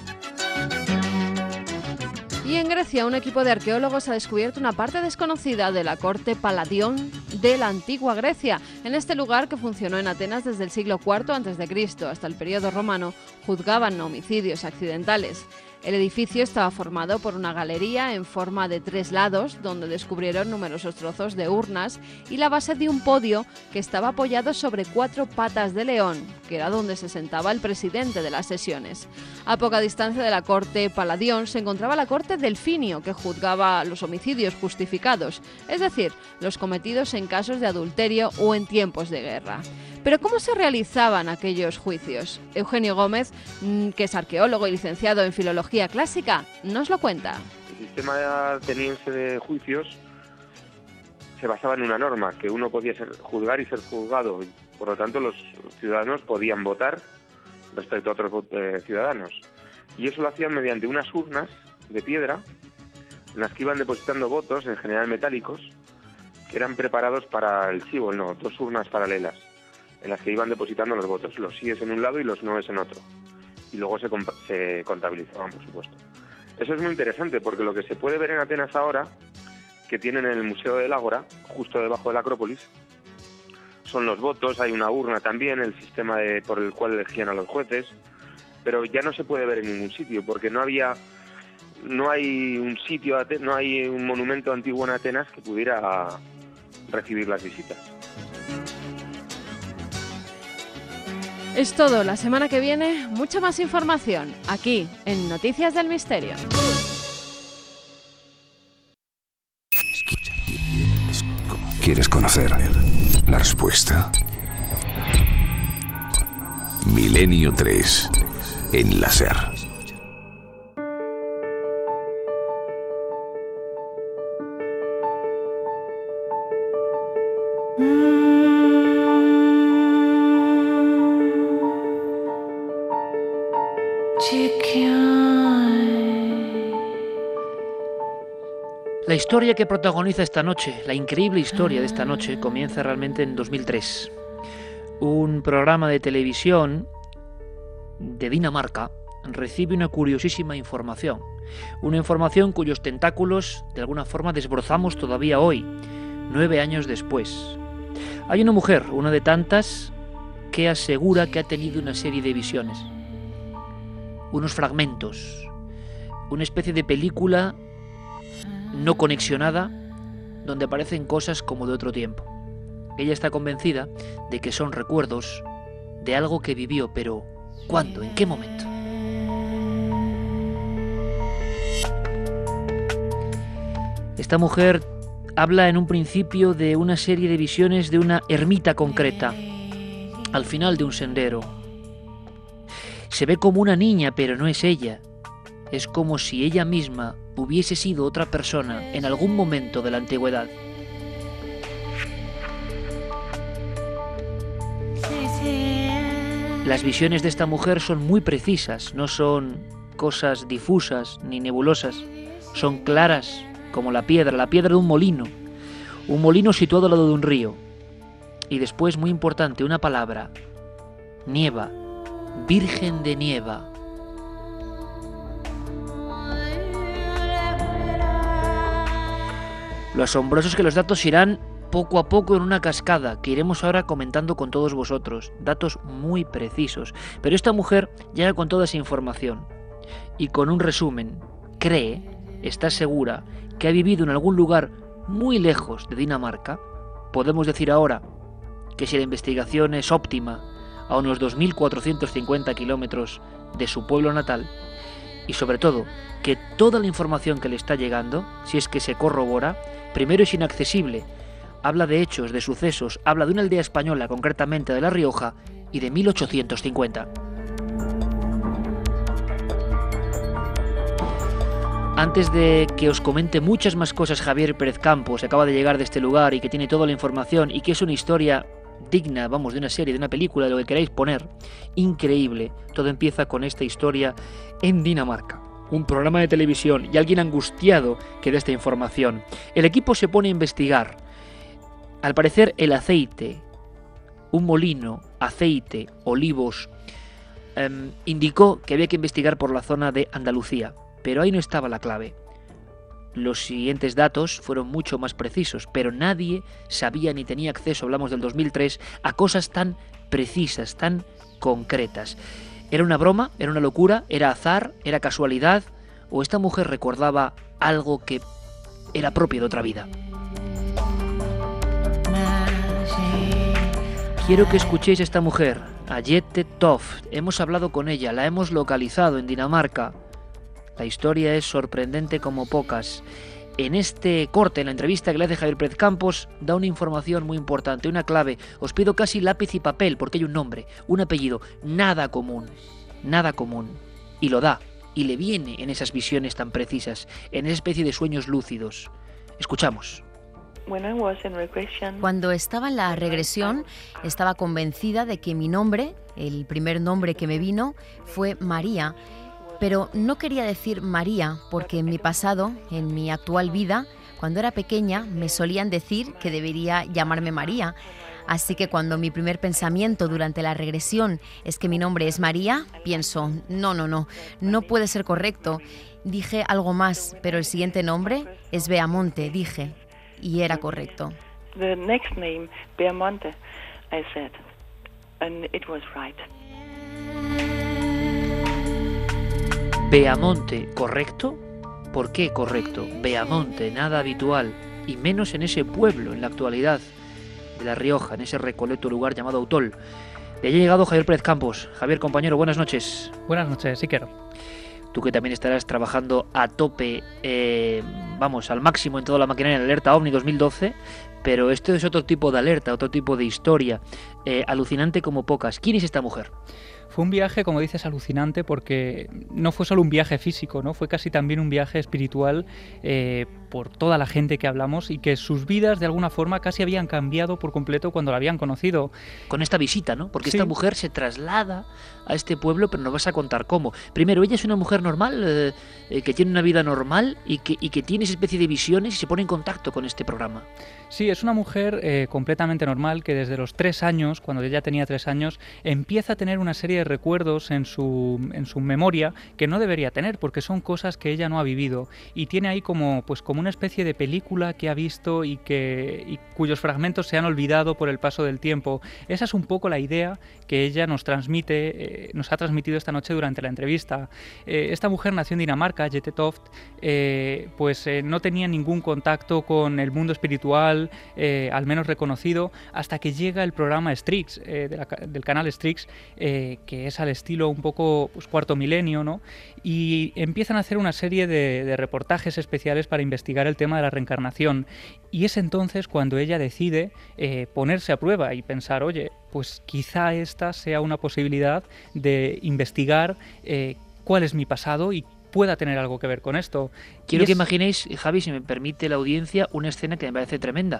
Y en Grecia, un equipo de arqueólogos ha descubierto una parte desconocida de la corte Paladión de la antigua Grecia. En este lugar, que funcionó en Atenas desde el siglo cuarto antes de Cristo hasta el periodo romano, juzgaban homicidios accidentales. El edificio estaba formado por una galería en forma de tres lados, donde descubrieron numerosos trozos de urnas y la base de un podio que estaba apoyado sobre cuatro patas de león, que era donde se sentaba el presidente de las sesiones. A poca distancia de la corte Paladión se encontraba la corte Delfinio, que juzgaba los homicidios justificados, es decir, los cometidos en casos de adulterio o en tiempos de guerra. Pero ¿cómo se realizaban aquellos juicios? Eugenio Gómez, que es arqueólogo y licenciado en Filología Clásica, nos lo cuenta. El sistema ateniense de juicios se basaba en una norma, que uno podía ser, juzgar y ser juzgado. Por lo tanto, los ciudadanos podían votar respecto a otros eh, ciudadanos. Y eso lo hacían mediante unas urnas de piedra, en las que iban depositando votos, en general metálicos, que eran preparados para el sí o el no, dos urnas paralelas, en las que iban depositando los votos, los síes en un lado y los noes en otro. Y luego se, se contabilizaban, por supuesto. Eso es muy interesante, porque lo que se puede ver en Atenas ahora, que tienen en el Museo del Ágora, justo debajo de la Acrópolis, son los votos, hay una urna también, el sistema de, por el cual elegían a los jueces, pero ya no se puede ver en ningún sitio, porque no había, no hay un sitio, no hay un monumento antiguo en Atenas que pudiera recibir las visitas. Es todo. La semana que viene, mucha más información aquí en Noticias del Misterio. ¿Quieres conocer la respuesta? Milenio tres en la SER. La historia que protagoniza esta noche, la increíble historia de esta noche, comienza realmente en dos mil tres. Un programa de televisión de Dinamarca recibe una curiosísima información. Una información cuyos tentáculos de alguna forma desbrozamos todavía hoy, nueve años después. Hay una mujer, una de tantas, que asegura que ha tenido una serie de visiones. Unos fragmentos, una especie de película no conexionada, donde aparecen cosas como de otro tiempo. Ella está convencida de que son recuerdos de algo que vivió, pero ¿cuándo? ¿En qué momento? Esta mujer habla en un principio de una serie de visiones de una ermita concreta, al final de un sendero. Se ve como una niña, pero no es ella. Es como si ella misma hubiese sido otra persona en algún momento de la antigüedad. Las visiones de esta mujer son muy precisas, no son cosas difusas ni nebulosas, son claras como la piedra, la piedra de un molino, un molino situado al lado de un río. Y después, muy importante, una palabra, Nieva, Virgen de Nieva. Lo asombroso es que los datos irán poco a poco en una cascada que iremos ahora comentando con todos vosotros. Datos muy precisos. Pero esta mujer llega con toda esa información y con un resumen. Cree, está segura, que ha vivido en algún lugar muy lejos de Dinamarca. Podemos decir ahora que si la investigación es óptima, a unos dos mil cuatrocientos cincuenta kilómetros de su pueblo natal, y sobre todo que toda la información que le está llegando, si es que se corrobora, primero es inaccesible, habla de hechos, de sucesos, habla de una aldea española, concretamente de La Rioja, y de mil ochocientos cincuenta. Antes de que os comente muchas más cosas Javier Pérez Campos, que acaba de llegar de este lugar y que tiene toda la información y que es una historia digna, vamos, de una serie, de una película, de lo que queráis poner, increíble, todo empieza con esta historia en Dinamarca. Un programa de televisión y alguien angustiado que da esta información. El equipo se pone a investigar. Al parecer el aceite, un molino, aceite, olivos, eh, indicó que había que investigar por la zona de Andalucía, pero ahí no estaba la clave. Los siguientes datos fueron mucho más precisos, pero nadie sabía ni tenía acceso, hablamos del dos mil tres, a cosas tan precisas, tan concretas. ¿Era una broma? ¿Era una locura? ¿Era azar? ¿Era casualidad? ¿O esta mujer recordaba algo que era propio de otra vida? Quiero que escuchéis a esta mujer, a Jette Toft. Hemos hablado con ella, la hemos localizado en Dinamarca. La historia es sorprendente como pocas. En este corte, en la entrevista que le hace Javier Pérez Campos, da una información muy importante, una clave. Os pido casi lápiz y papel, porque hay un nombre, un apellido, nada común, nada común. Y lo da, y le viene en esas visiones tan precisas, en esa especie de sueños lúcidos. Escuchamos. Cuando estaba en la regresión, estaba convencida de que mi nombre, el primer nombre que me vino, fue María. Pero no quería decir María porque en mi pasado, en mi actual vida, cuando era pequeña me solían decir que debería llamarme María. Así que cuando mi primer pensamiento durante la regresión es que mi nombre es María, pienso, no, no, no, no puede ser correcto. Dije algo más, pero el siguiente nombre es Beamonte, dije, y era correcto. The next name, Beamonte. I said, and it was right. Beamonte, ¿correcto? ¿Por qué correcto? Beamonte, nada habitual, y menos en ese pueblo, en la actualidad de La Rioja, en ese recoleto lugar llamado Autol. De allí ha llegado Javier Pérez Campos. Javier, compañero, buenas noches. Buenas noches, Iker. Tú que también estarás trabajando a tope, eh, vamos, al máximo en toda la maquinaria en Alerta OVNI dos mil doce, pero esto es otro tipo de alerta, otro tipo de historia, eh, alucinante como pocas. ¿Quién es esta mujer? Fue un viaje, como dices, alucinante porque no fue solo un viaje físico, ¿no? Fue casi también un viaje espiritual eh, por toda la gente que hablamos y que sus vidas de alguna forma casi habían cambiado por completo cuando la habían conocido. Con esta visita, ¿no? Porque Sí. esta mujer se traslada a este pueblo, pero nos vas a contar cómo. Primero, ella es una mujer normal, eh, eh, que tiene una vida normal y que, y que tiene esa especie de visiones y se pone en contacto con este programa. Sí, es una mujer eh, completamente normal que desde los tres años, cuando ella tenía tres años, empieza a tener una serie de recuerdos en su, en su memoria que no debería tener porque son cosas que ella no ha vivido y tiene ahí como, pues, como una especie de película que ha visto y, que, y cuyos fragmentos se han olvidado por el paso del tiempo. Esa es un poco la idea que ella nos transmite, eh, nos ha transmitido esta noche durante la entrevista. Eh, esta mujer nació en Dinamarca, Jette Toft, eh, pues eh, no tenía ningún contacto con el mundo espiritual, Eh, al menos reconocido, hasta que llega el programa Strix, eh, de la, del canal Strix, eh, que es al estilo un poco pues, Cuarto Milenio, ¿no? Y empiezan a hacer una serie de, de reportajes especiales para investigar el tema de la reencarnación. Y es entonces cuando ella decide eh, ponerse a prueba y pensar, oye, pues quizá esta sea una posibilidad de investigar eh, cuál es mi pasado y pueda tener algo que ver con esto. Quiero Y que es... imaginéis, Javi, si me permite la audiencia, una escena que me parece tremenda.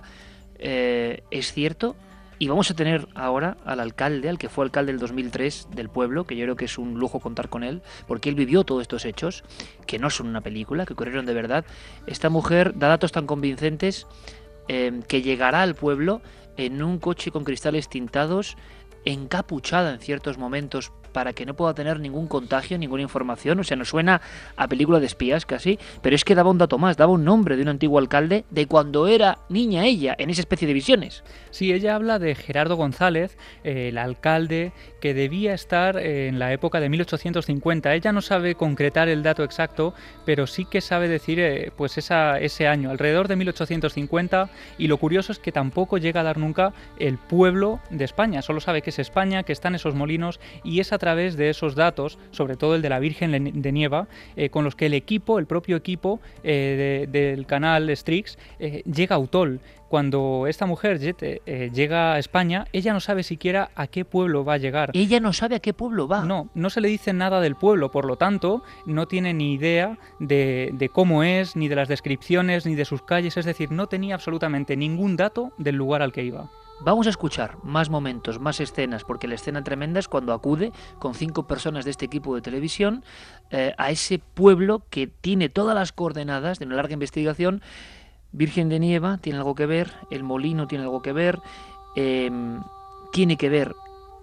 Eh, es cierto, y vamos a tener ahora al alcalde, al que fue alcalde del dos mil tres del pueblo, que yo creo que es un lujo contar con él, porque él vivió todos estos hechos, que no son una película, que ocurrieron de verdad. Esta mujer da datos tan convincentes eh, que llegará al pueblo en un coche con cristales tintados, encapuchada en ciertos momentos para que no pueda tener ningún contagio, ninguna información. O sea, nos suena a película de espías casi, pero es que daba un dato más, daba un nombre de un antiguo alcalde de cuando era niña ella, en esa especie de visiones. Sí, ella habla de Gerardo González, eh, el alcalde que debía estar eh, en la época de mil ochocientos cincuenta. Ella no sabe concretar el dato exacto, pero sí que sabe decir eh, pues esa, ese año, alrededor de mil ochocientos cincuenta, y lo curioso es que tampoco llega a dar nunca el pueblo de España, solo sabe que es España, que están esos molinos, y es a través de esos datos, sobre todo el de la Virgen de Nieva, eh, con los que el equipo, el propio equipo eh, de, del canal Strix, eh, llega a Autol. Cuando esta mujer Jette, eh, llega a España, ella no sabe siquiera a qué pueblo va a llegar. Ella no sabe a qué pueblo va. No, no se le dice nada del pueblo, por lo tanto, no tiene ni idea de, de cómo es, ni de las descripciones, ni de sus calles, es decir, no tenía absolutamente ningún dato del lugar al que iba. Vamos a escuchar más momentos, más escenas, porque la escena tremenda es cuando acude con cinco personas de este equipo de televisión eh, a ese pueblo que tiene todas las coordenadas de una larga investigación. Virgen de Nieva tiene algo que ver, el molino tiene algo que ver, eh, tiene que ver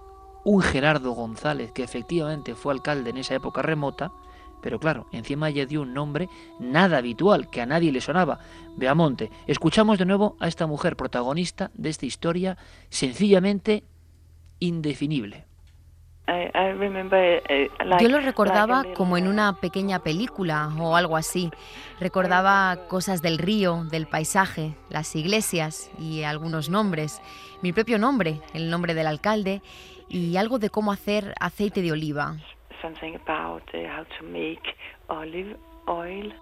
un Gerardo González, que efectivamente fue alcalde en esa época remota, pero claro, encima ella dio un nombre nada habitual, que a nadie le sonaba. Beamonte. Escuchamos de nuevo a esta mujer protagonista de esta historia sencillamente indefinible. I, I remember, uh, like, Yo lo recordaba like como en una pequeña película o algo así. Recordaba cosas del río, del paisaje, las iglesias y algunos nombres. Mi propio nombre, el nombre del alcalde y algo de cómo hacer aceite de oliva. something about uh, how to make olive oil.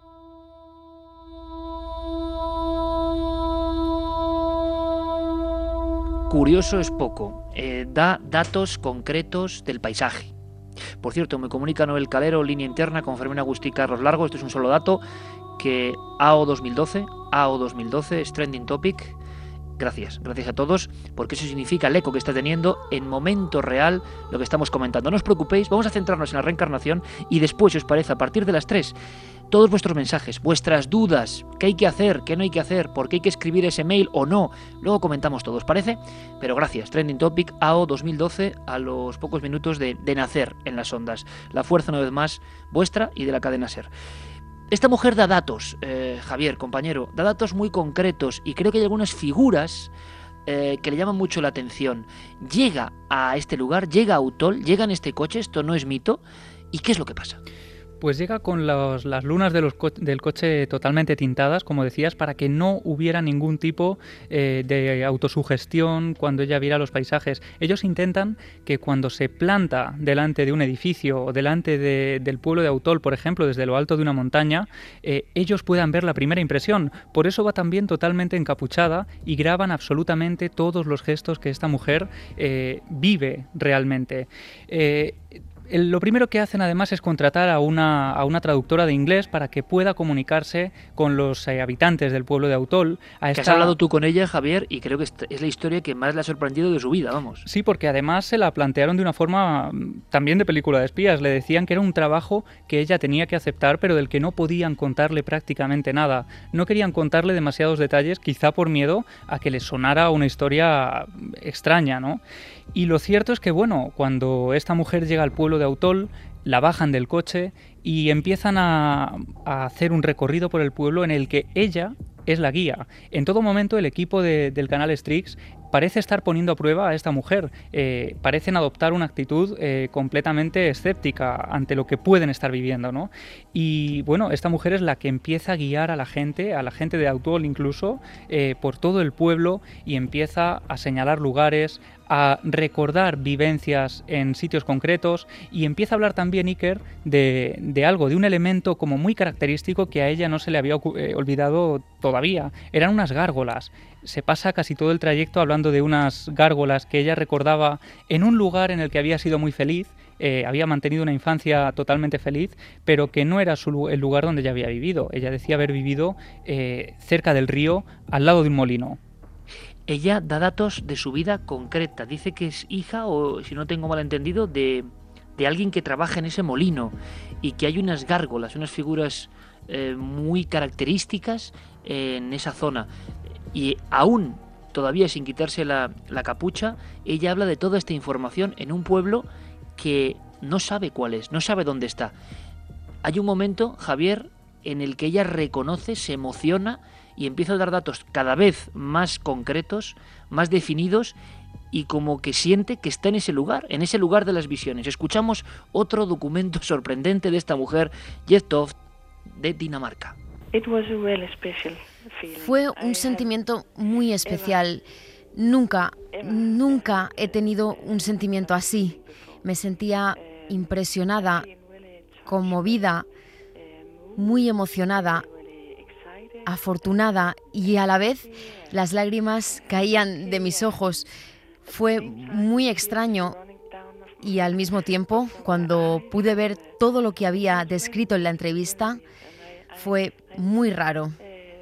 Curioso es poco, eh, da datos concretos del paisaje. Por cierto, me comunica Noel Calero, línea interna, con Fermín Agustí y Carlos Largo. Esto es un solo dato, que A O dos mil doce, A O dos mil doce es trending topic. Gracias, gracias a todos, porque eso significa el eco que está teniendo en momento real lo que estamos comentando. No os preocupéis, vamos a centrarnos en la reencarnación y después, si os parece, a partir de las tres, todos vuestros mensajes, vuestras dudas, qué hay que hacer, qué no hay que hacer, por qué hay que escribir ese mail o no, luego comentamos todo, ¿os parece? Pero gracias, trending topic A O dos mil doce, a los pocos minutos de, de nacer en las ondas. La fuerza, una vez más, vuestra y de la cadena SER. Esta mujer da datos, eh, Javier, compañero, da datos muy concretos y creo que hay algunas figuras eh, que le llaman mucho la atención. Llega a este lugar, llega a Utol, llega en este coche, esto no es mito. ¿Y qué es lo que pasa? Pues llega con los, las lunas de los co- del coche totalmente tintadas, como decías, para que no hubiera ningún tipo eh, de autosugestión cuando ella viera los paisajes. Ellos intentan que cuando se planta delante de un edificio o delante de, del pueblo de Autol, por ejemplo, desde lo alto de una montaña, eh, ellos puedan ver la primera impresión. Por eso va también totalmente encapuchada y graban absolutamente todos los gestos que esta mujer eh, vive realmente. Eh, Lo primero que hacen además es contratar a una, a una traductora de inglés para que pueda comunicarse con los eh, habitantes del pueblo de Autol. A que esta... has hablado tú con ella, Javier, y creo que es la historia que más le ha sorprendido de su vida, vamos. Sí, porque además se la plantearon de una forma también de película de espías. Le decían que era un trabajo que ella tenía que aceptar, pero del que no podían contarle prácticamente nada. No querían contarle demasiados detalles, quizá por miedo a que le sonara una historia extraña, ¿no? Y lo cierto es que, bueno, cuando esta mujer llega al pueblo de Autol, la bajan del coche y empiezan a, a hacer un recorrido por el pueblo en el que ella es la guía. En todo momento el equipo de, del canal Strix parece estar poniendo a prueba a esta mujer. Eh, parecen adoptar una actitud eh, completamente escéptica ante lo que pueden estar viviendo, ¿no? Y bueno, esta mujer es la que empieza a guiar a la gente, a la gente de Autol incluso, eh, por todo el pueblo y empieza a señalar lugares, a recordar vivencias en sitios concretos y empieza a hablar también Iker de, de algo, de un elemento como muy característico que a ella no se le había eh, olvidado todavía. Eran unas gárgolas. Se pasa casi todo el trayecto hablando de unas gárgolas que ella recordaba en un lugar en el que había sido muy feliz, eh, había mantenido una infancia totalmente feliz, pero que no era su, el lugar donde ella había vivido. Ella decía haber vivido eh, cerca del río, al lado de un molino. Ella da datos de su vida concreta. Dice que es hija, o si no tengo mal entendido, de, de alguien que trabaja en ese molino y que hay unas gárgolas, unas figuras eh, muy características en esa zona. Y aún, todavía sin quitarse la, la capucha, ella habla de toda esta información en un pueblo que no sabe cuál es, no sabe dónde está. Hay un momento, Javier, en el que ella reconoce, se emociona y empieza a dar datos cada vez más concretos, más definidos, y como que siente que está en ese lugar, en ese lugar de las visiones. Escuchamos otro documento sorprendente de esta mujer, Jet Toft, de Dinamarca. Fue un sentimiento muy especial. Nunca, nunca he tenido un sentimiento así. Me sentía impresionada, conmovida, muy emocionada, afortunada, y a la vez las lágrimas caían de mis ojos. Fue muy extraño y al mismo tiempo, cuando pude ver todo lo que había descrito en la entrevista, fue muy raro.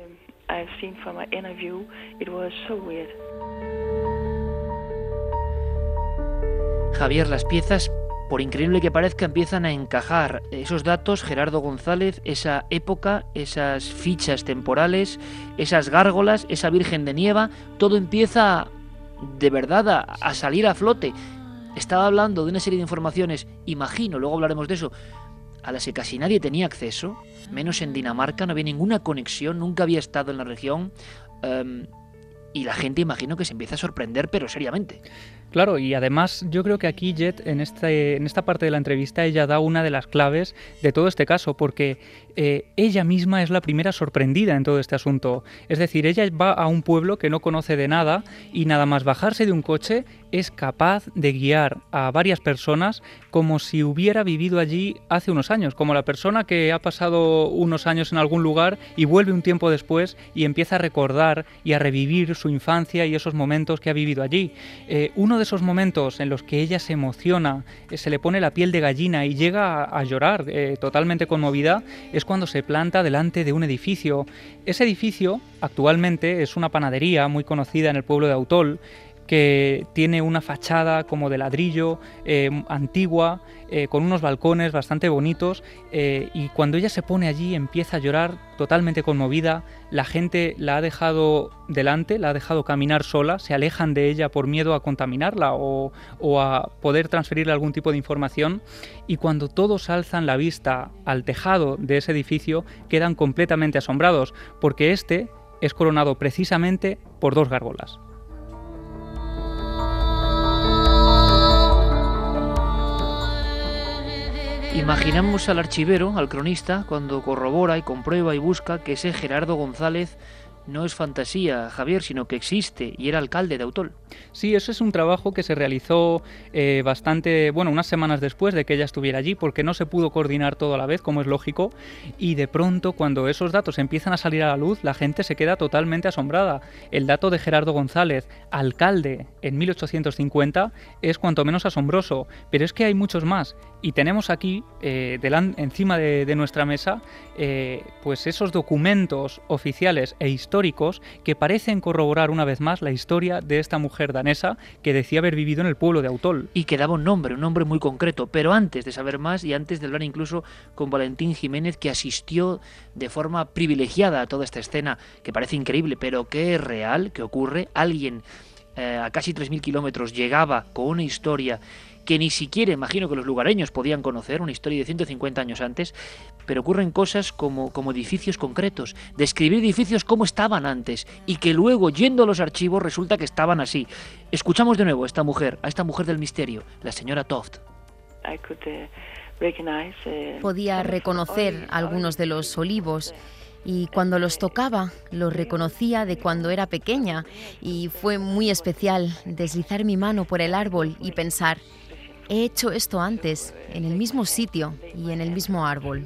Javier, las piezas, por increíble que parezca, empiezan a encajar. Esos datos, Gerardo González, esa época, esas fichas temporales, esas gárgolas, esa Virgen de Nieva, todo empieza de verdad a, a salir a flote. Estaba hablando de una serie de informaciones, imagino, luego hablaremos de eso, a las que casi nadie tenía acceso, menos en Dinamarca, no había ninguna conexión, nunca había estado en la región, um, y la gente imagino que se empieza a sorprender, pero seriamente. Claro, y además yo creo que aquí Jet, en, este, en esta parte de la entrevista, ella da una de las claves de todo este caso, porque eh, ella misma es la primera sorprendida en todo este asunto. Es decir, ella va a un pueblo que no conoce de nada y nada más bajarse de un coche es capaz de guiar a varias personas como si hubiera vivido allí hace unos años, como la persona que ha pasado unos años en algún lugar y vuelve un tiempo después y empieza a recordar y a revivir su infancia y esos momentos que ha vivido allí. Eh, uno de esos momentos en los que ella se emociona, eh, se le pone la piel de gallina y llega a, a llorar eh, totalmente conmovida, es cuando se planta delante de un edificio. Ese edificio actualmente es una panadería muy conocida en el pueblo de Autol, que tiene una fachada como de ladrillo, eh, antigua, eh, con unos balcones bastante bonitos, eh, y cuando ella se pone allí empieza a llorar totalmente conmovida. La gente la ha dejado delante, la ha dejado caminar sola, se alejan de ella por miedo a contaminarla o, o a poder transferirle algún tipo de información, y cuando todos alzan la vista al tejado de ese edificio quedan completamente asombrados, porque este es coronado precisamente por dos gárgolas. Imaginamos al archivero, al cronista, cuando corrobora y comprueba y busca que ese Gerardo González no es fantasía, Javier, sino que existe y era alcalde de Autol. Sí, eso es un trabajo que se realizó eh, bastante, bueno, unas semanas después de que ella estuviera allí, porque no se pudo coordinar todo a la vez, como es lógico, y de pronto, cuando esos datos empiezan a salir a la luz, la gente se queda totalmente asombrada. El dato de Gerardo González, alcalde en mil ochocientos cincuenta, es cuanto menos asombroso, pero es que hay muchos más, y tenemos aquí, eh, delan- encima de, de nuestra mesa, eh, pues esos documentos oficiales e históricos que parecen corroborar una vez más la historia de esta mujer danesa que decía haber vivido en el pueblo de Autol. Y que daba un nombre, un nombre muy concreto. Pero antes de saber más y antes de hablar incluso con Valentín Jiménez, que asistió de forma privilegiada a toda esta escena, que parece increíble, pero que es real, que ocurre, alguien eh, a casi tres mil kilómetros llegaba con una historia que ni siquiera imagino que los lugareños podían conocer, una historia de ciento cincuenta años antes, pero ocurren cosas como, como edificios concretos, describir edificios como estaban antes y que luego, yendo a los archivos, resulta que estaban así. Escuchamos de nuevo a esta mujer, a esta mujer del misterio, la señora Toft. Podía reconocer algunos de los olivos y cuando los tocaba los reconocía de cuando era pequeña y fue muy especial deslizar mi mano por el árbol y pensar: he hecho esto antes, en el mismo sitio y en el mismo árbol.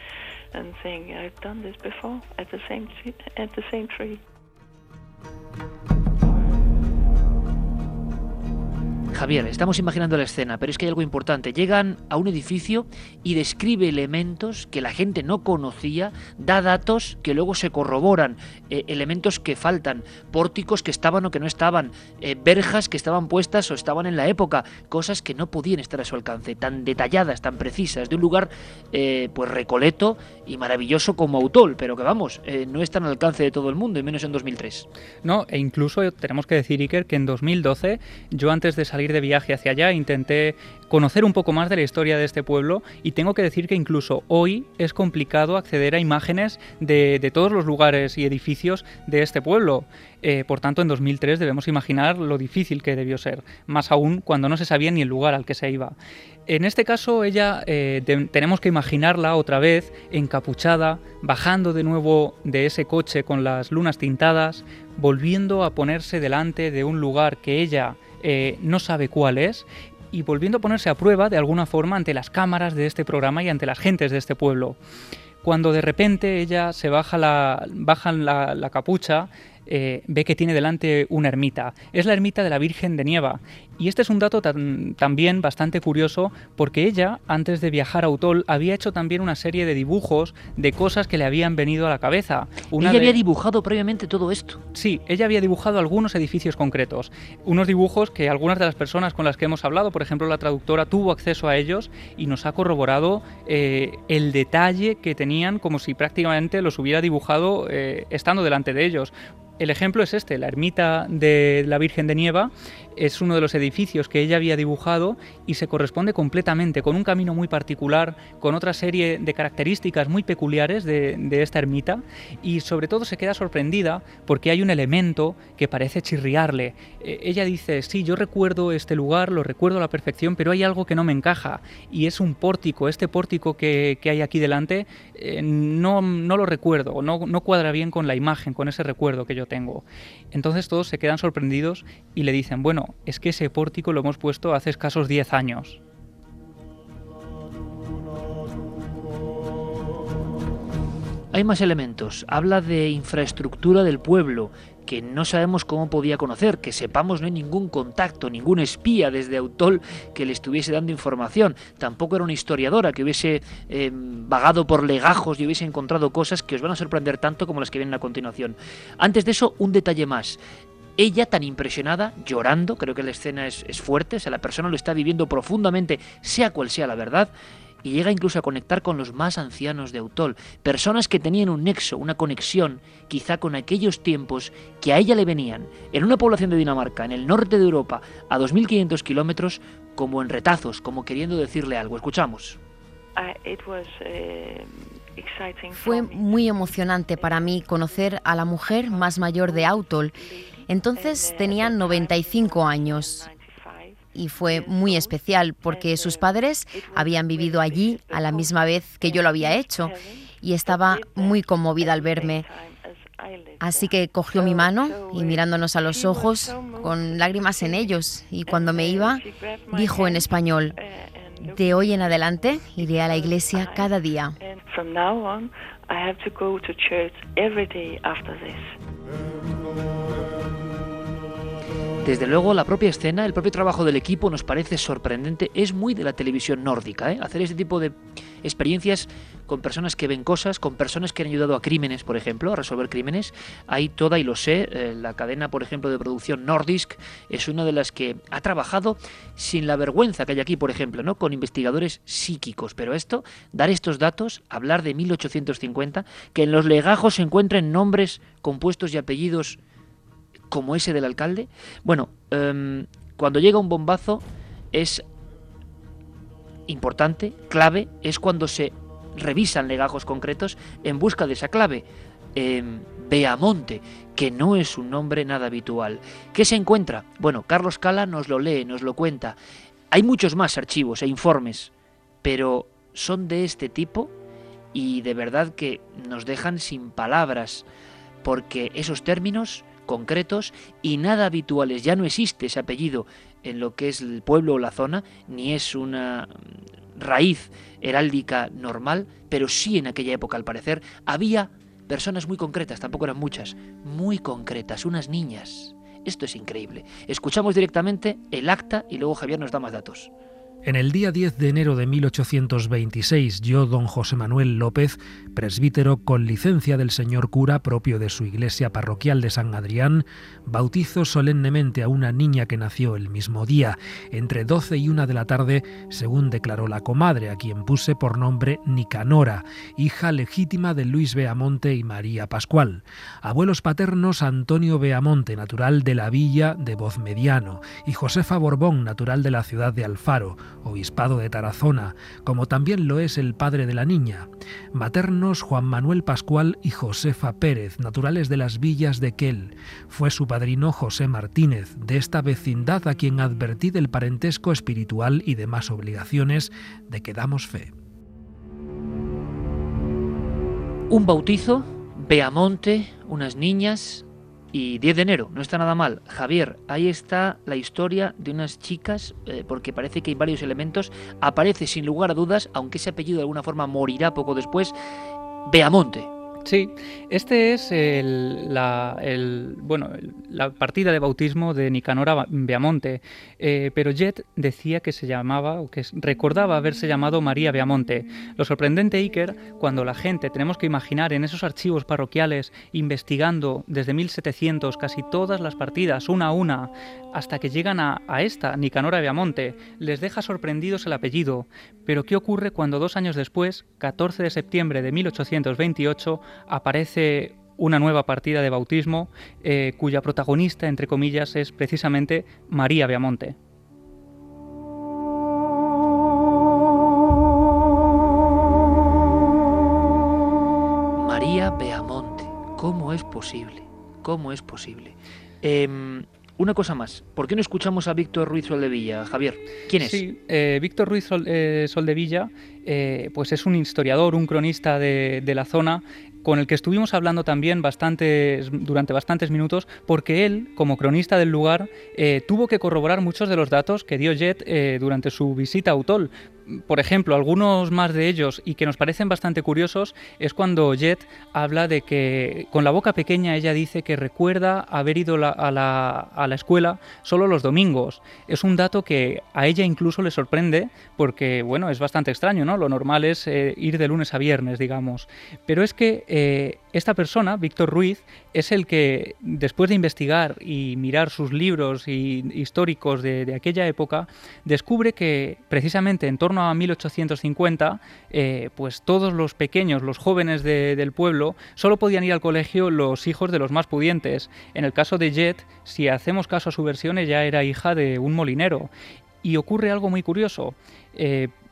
Javier, estamos imaginando la escena, pero es que hay algo importante. Llegan a un edificio y describe elementos que la gente no conocía, da datos que luego se corroboran, eh, elementos que faltan, pórticos que estaban o que no estaban, eh, verjas que estaban puestas o estaban en la época, cosas que no podían estar a su alcance, tan detalladas, tan precisas, de un lugar eh, pues recoleto y maravilloso como Autol, pero que vamos, eh, no están al alcance de todo el mundo, y menos en dos mil tres. No, e incluso tenemos que decir, Iker, que en dos mil doce, yo antes de salir de viaje hacia allá intenté conocer un poco más de la historia de este pueblo y tengo que decir que incluso hoy es complicado acceder a imágenes de, de todos los lugares y edificios de este pueblo. Eh, por tanto, en dos mil tres debemos imaginar lo difícil que debió ser, más aún cuando no se sabía ni el lugar al que se iba. En este caso, ella eh, de, tenemos que imaginarla otra vez encapuchada, bajando de nuevo de ese coche con las lunas tintadas, volviendo a ponerse delante de un lugar que ella eh, no sabe cuál es, y volviendo a ponerse a prueba de alguna forma ante las cámaras de este programa y ante las gentes de este pueblo. Cuando de repente ella se baja la, baja la, la capucha, eh, ve que tiene delante una ermita. Es la ermita de la Virgen de Nieva. Y este es un dato tan, también bastante curioso porque ella, antes de viajar a Autol, había hecho también una serie de dibujos de cosas que le habían venido a la cabeza. Una ella de... había dibujado previamente todo esto. Sí, ella había dibujado algunos edificios concretos. Unos dibujos que algunas de las personas con las que hemos hablado, por ejemplo la traductora, tuvo acceso a ellos y nos ha corroborado eh, el detalle que tenían, como si prácticamente los hubiera dibujado eh, estando delante de ellos. El ejemplo es este, la ermita de la Virgen de Nieva es uno de los edificios que ella había dibujado y se corresponde completamente con un camino muy particular, con otra serie de características muy peculiares de, de esta ermita, y sobre todo se queda sorprendida porque hay un elemento que parece chirriarle. Eh, ella dice, sí, yo recuerdo este lugar, lo recuerdo a la perfección, pero hay algo que no me encaja y es un pórtico. Este pórtico que, que hay aquí delante eh, no, no lo recuerdo, no, no cuadra bien con la imagen, con ese recuerdo que yo tengo. Entonces todos se quedan sorprendidos y le dicen, bueno, es que ese pórtico lo hemos puesto hace escasos diez años. Hay más elementos. Habla de infraestructura del pueblo, que no sabemos cómo podía conocer, que sepamos no hay ningún contacto, ningún espía desde Autol que le estuviese dando información. Tampoco era una historiadora que hubiese eh, vagado por legajos y hubiese encontrado cosas que os van a sorprender tanto como las que vienen a continuación. Antes de eso, un detalle más. Ella, tan impresionada, llorando, creo que la escena es, es fuerte, o sea, la persona lo está viviendo profundamente, sea cual sea la verdad, y llega incluso a conectar con los más ancianos de Autol, personas que tenían un nexo, una conexión, quizá con aquellos tiempos que a ella le venían, en una población de Dinamarca, en el norte de Europa, a dos mil quinientos kilómetros, como en retazos, como queriendo decirle algo. Escuchamos. Fue muy emocionante para mí conocer a la mujer más mayor de Autol. Entonces tenía noventa y cinco años. y fue muy especial porque sus padres habían vivido allí a la misma vez que yo lo había hecho y estaba muy conmovida al verme. Así que cogió mi mano y mirándonos a los ojos, con lágrimas en ellos, y cuando me iba, dijo en español: de hoy en adelante iré a la iglesia cada día. Desde luego, la propia escena, el propio trabajo del equipo nos parece sorprendente. Es muy de la televisión nórdica, ¿eh? Hacer este tipo de experiencias con personas que ven cosas, con personas que han ayudado a crímenes, por ejemplo, a resolver crímenes. Hay toda, y lo sé, eh, la cadena, por ejemplo, de producción Nordisk es una de las que ha trabajado sin la vergüenza que hay aquí, por ejemplo, ¿no? Con investigadores psíquicos. Pero esto, dar estos datos, hablar de mil ochocientos cincuenta, que en los legajos se encuentren nombres compuestos y apellidos como ese del alcalde. Bueno, um, cuando llega un bombazo es importante, clave, es cuando se revisan legajos concretos en busca de esa clave. Eh, Beamonte, que no es un nombre nada habitual. ¿Qué se encuentra? Bueno, Carlos Cala nos lo lee, nos lo cuenta. Hay muchos más archivos e informes, pero son de este tipo y de verdad que nos dejan sin palabras, porque esos términos concretos y nada habituales, ya no existe ese apellido en lo que es el pueblo o la zona, ni es una raíz heráldica normal, pero sí en aquella época, al parecer, había personas muy concretas, tampoco eran muchas, muy concretas, unas niñas. Esto es increíble. Escuchamos directamente el acta y luego Javier nos da más datos. En el día diez de enero de mil ochocientos veintiséis, yo, don José Manuel López, presbítero con licencia del señor cura propio de su iglesia parroquial de San Adrián, bautizo solemnemente a una niña que nació el mismo día, entre doce y una de la tarde, según declaró la comadre, a quien puse por nombre Nicanora, hija legítima de Luis Beamonte y María Pascual. Abuelos paternos: Antonio Beamonte, natural de la villa de Vozmediano, y Josefa Borbón, natural de la ciudad de Alfaro, obispado de Tarazona, como también lo es el padre de la niña. Maternos: Juan Manuel Pascual y Josefa Pérez, naturales de las villas de Quel. Fue su padrino José Martínez, de esta vecindad a quien advertí del parentesco espiritual y demás obligaciones de que damos fe. Un bautizo, Beamonte, unas niñas y diez de enero, no está nada mal. Javier, ahí está la historia de unas chicas, eh, porque parece que hay varios elementos. Aparece sin lugar a dudas, aunque ese apellido de alguna forma morirá poco después, Beamonte. Sí, este es el, la, el, bueno, la partida de bautismo de Nicanora Beamonte, eh, pero Jet decía que se llamaba, o que recordaba haberse llamado María Beamonte. Lo sorprendente, Iker, cuando la gente, tenemos que imaginar en esos archivos parroquiales, investigando desde mil setecientos casi todas las partidas, una a una, hasta que llegan a, a esta, Nicanora Beamonte, les deja sorprendidos el apellido. Pero ¿qué ocurre cuando dos años después, catorce de septiembre de mil ochocientos veintiocho, aparece una nueva partida de bautismo eh, cuya protagonista, entre comillas, es precisamente María Beamonte? María Beamonte. ¿Cómo es posible? ¿Cómo es posible? Eh, Una cosa más, ¿por qué no escuchamos a Víctor Ruiz Soldevilla, Javier? ¿Quién es? Sí, eh, Víctor Ruiz Sol, eh, Soldevilla eh, pues es un historiador, un cronista de, de la zona, con el que estuvimos hablando también bastantes, durante bastantes minutos, porque él, como cronista del lugar, eh, tuvo que corroborar muchos de los datos que dio Jet eh, durante su visita a Utol. Por ejemplo, algunos más de ellos, y que nos parecen bastante curiosos, es cuando Jet habla de que, con la boca pequeña, ella dice que recuerda haber ido la, a, la, a la escuela solo los domingos. Es un dato que a ella incluso le sorprende, porque, bueno, es bastante extraño, ¿no? Lo normal es eh, ir de lunes a viernes, digamos. Pero es que eh, esta persona, Víctor Ruiz, es el que, después de investigar y mirar sus libros y, históricos de, de aquella época, descubre que, precisamente en torno a mil ochocientos cincuenta, eh, pues todos los pequeños, los jóvenes de, del pueblo, solo podían ir al colegio los hijos de los más pudientes. En el caso de Jet, si hacemos caso a su versión, ella era hija de un molinero. Y ocurre algo muy curioso. Eh,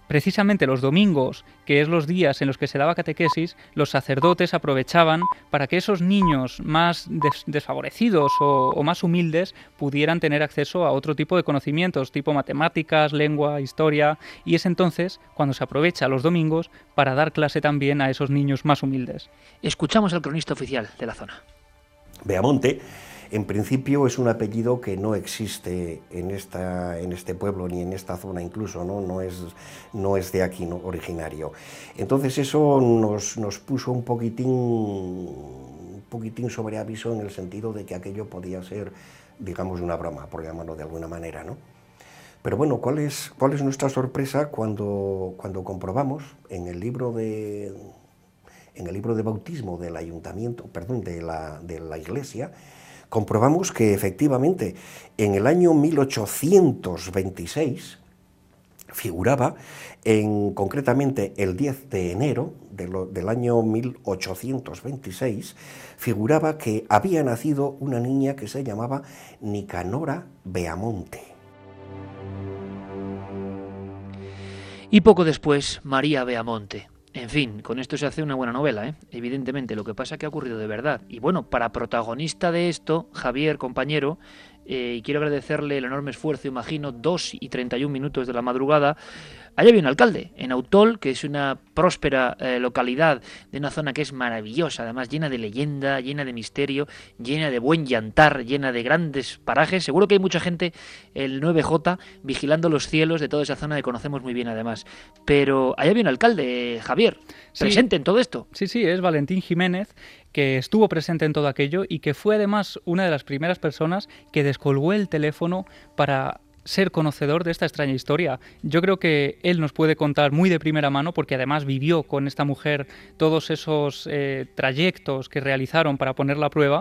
precisamente los domingos, que es los días en los que se daba catequesis, los sacerdotes aprovechaban para que esos niños más des desfavorecidos o, o más humildes pudieran tener acceso a otro tipo de conocimientos, tipo matemáticas, lengua, historia, y es entonces cuando se aprovecha los domingos para dar clase también a esos niños más humildes. Escuchamos al cronista oficial de la zona. Beamonte, en principio, es un apellido que no existe en, esta, en este pueblo ni en esta zona incluso, no, no, es, no es de aquí, no, originario. Entonces eso nos, nos puso un poquitín, un poquitín sobre aviso en el sentido de que aquello podía ser, digamos, una broma, por llamarlo de alguna manera, ¿no? Pero bueno, ¿cuál es, cuál es nuestra sorpresa cuando, cuando comprobamos en el libro de, en el libro de bautismo del ayuntamiento, perdón, de la, de la iglesia, comprobamos que efectivamente en el año mil ochocientos veintiséis figuraba, en, concretamente el diez de enero de lo, del año mil ochocientos veintiséis, figuraba que había nacido una niña que se llamaba Nicanora Beamonte. Y poco después, María Beamonte. En fin, con esto se hace una buena novela, ¿eh? Evidentemente, lo que pasa es que ha ocurrido de verdad. Y bueno, para protagonista de esto, Javier, compañero, eh, y quiero agradecerle el enorme esfuerzo, imagino, dos y treinta y un minutos de la madrugada. Allá había un alcalde, en Autol, que es una próspera eh, localidad de una zona que es maravillosa, además llena de leyenda, llena de misterio, llena de buen llantar, llena de grandes parajes. Seguro que hay mucha gente, el nueve J, vigilando los cielos de toda esa zona que conocemos muy bien además. Pero allá había un alcalde, Javier, sí, presente en todo esto. Sí, sí, es Valentín Jiménez, que estuvo presente en todo aquello y que fue además una de las primeras personas que descolgó el teléfono para ser conocedor de esta extraña historia. Yo creo que él nos puede contar muy de primera mano, porque además vivió con esta mujer todos esos eh, trayectos que realizaron para ponerla a prueba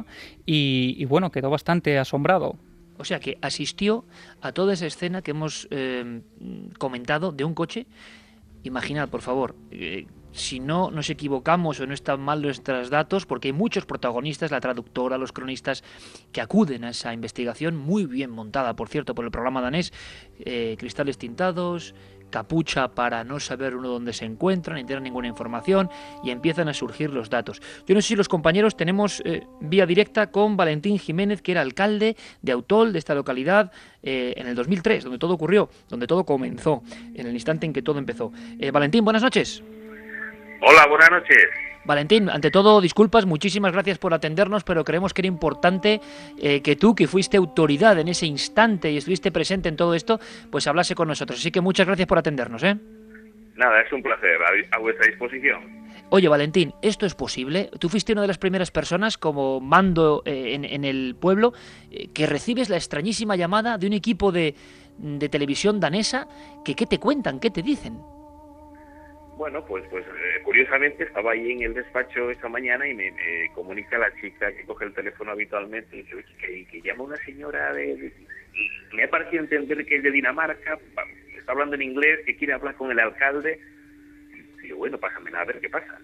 y, y bueno, quedó bastante asombrado. O sea que asistió a toda esa escena que hemos eh, comentado de un coche. Imaginad, por favor, eh, si no nos equivocamos o no están mal nuestros datos, porque hay muchos protagonistas, la traductora, los cronistas, que acuden a esa investigación, muy bien montada, por cierto, por el programa danés, eh, cristales tintados, capucha para no saber uno dónde se encuentran, ni tener ninguna información, y empiezan a surgir los datos. Yo no sé si los compañeros tenemos eh, vía directa con Valentín Jiménez, que era alcalde de Autol, de esta localidad, eh, en el dos mil tres, donde todo ocurrió, donde todo comenzó, en el instante en que todo empezó. Eh, Valentín, buenas noches. Hola, buenas noches. Valentín, ante todo, disculpas, muchísimas gracias por atendernos, pero creemos que era importante eh, que tú, que fuiste autoridad en ese instante y estuviste presente en todo esto, pues hablase con nosotros. Así que muchas gracias por atendernos, ¿eh? Nada, es un placer, a, a vuestra disposición. Oye, Valentín, ¿esto es posible? Tú fuiste una de las primeras personas como mando eh, en, en el pueblo eh, que recibes la extrañísima llamada de un equipo de, de televisión danesa que ¿qué te cuentan? ¿Qué te dicen? Bueno, pues pues eh, curiosamente estaba ahí en el despacho esta mañana y me, me comunica la chica que coge el teléfono habitualmente y dice, que, que llama una señora de, de... Me ha parecido entender que es de Dinamarca, está hablando en inglés, que quiere hablar con el alcalde. Y digo, bueno, pásame a ver qué pasa.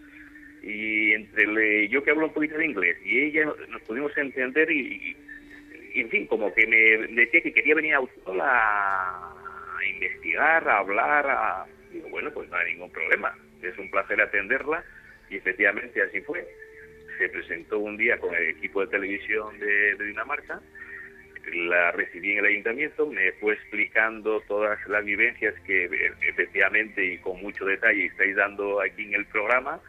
Y entre el, yo que hablo un poquito de inglés y ella nos pudimos entender y, y en fin, como que me decía que quería venir a Autol a, a investigar, a hablar, a... Digo, bueno, pues no hay ningún problema. Es un placer atenderla y efectivamente así fue. Se presentó un día con el equipo de televisión de, de Dinamarca, la recibí en el ayuntamiento, me fue explicando todas las vivencias que efectivamente y con mucho detalle estáis dando aquí en el programa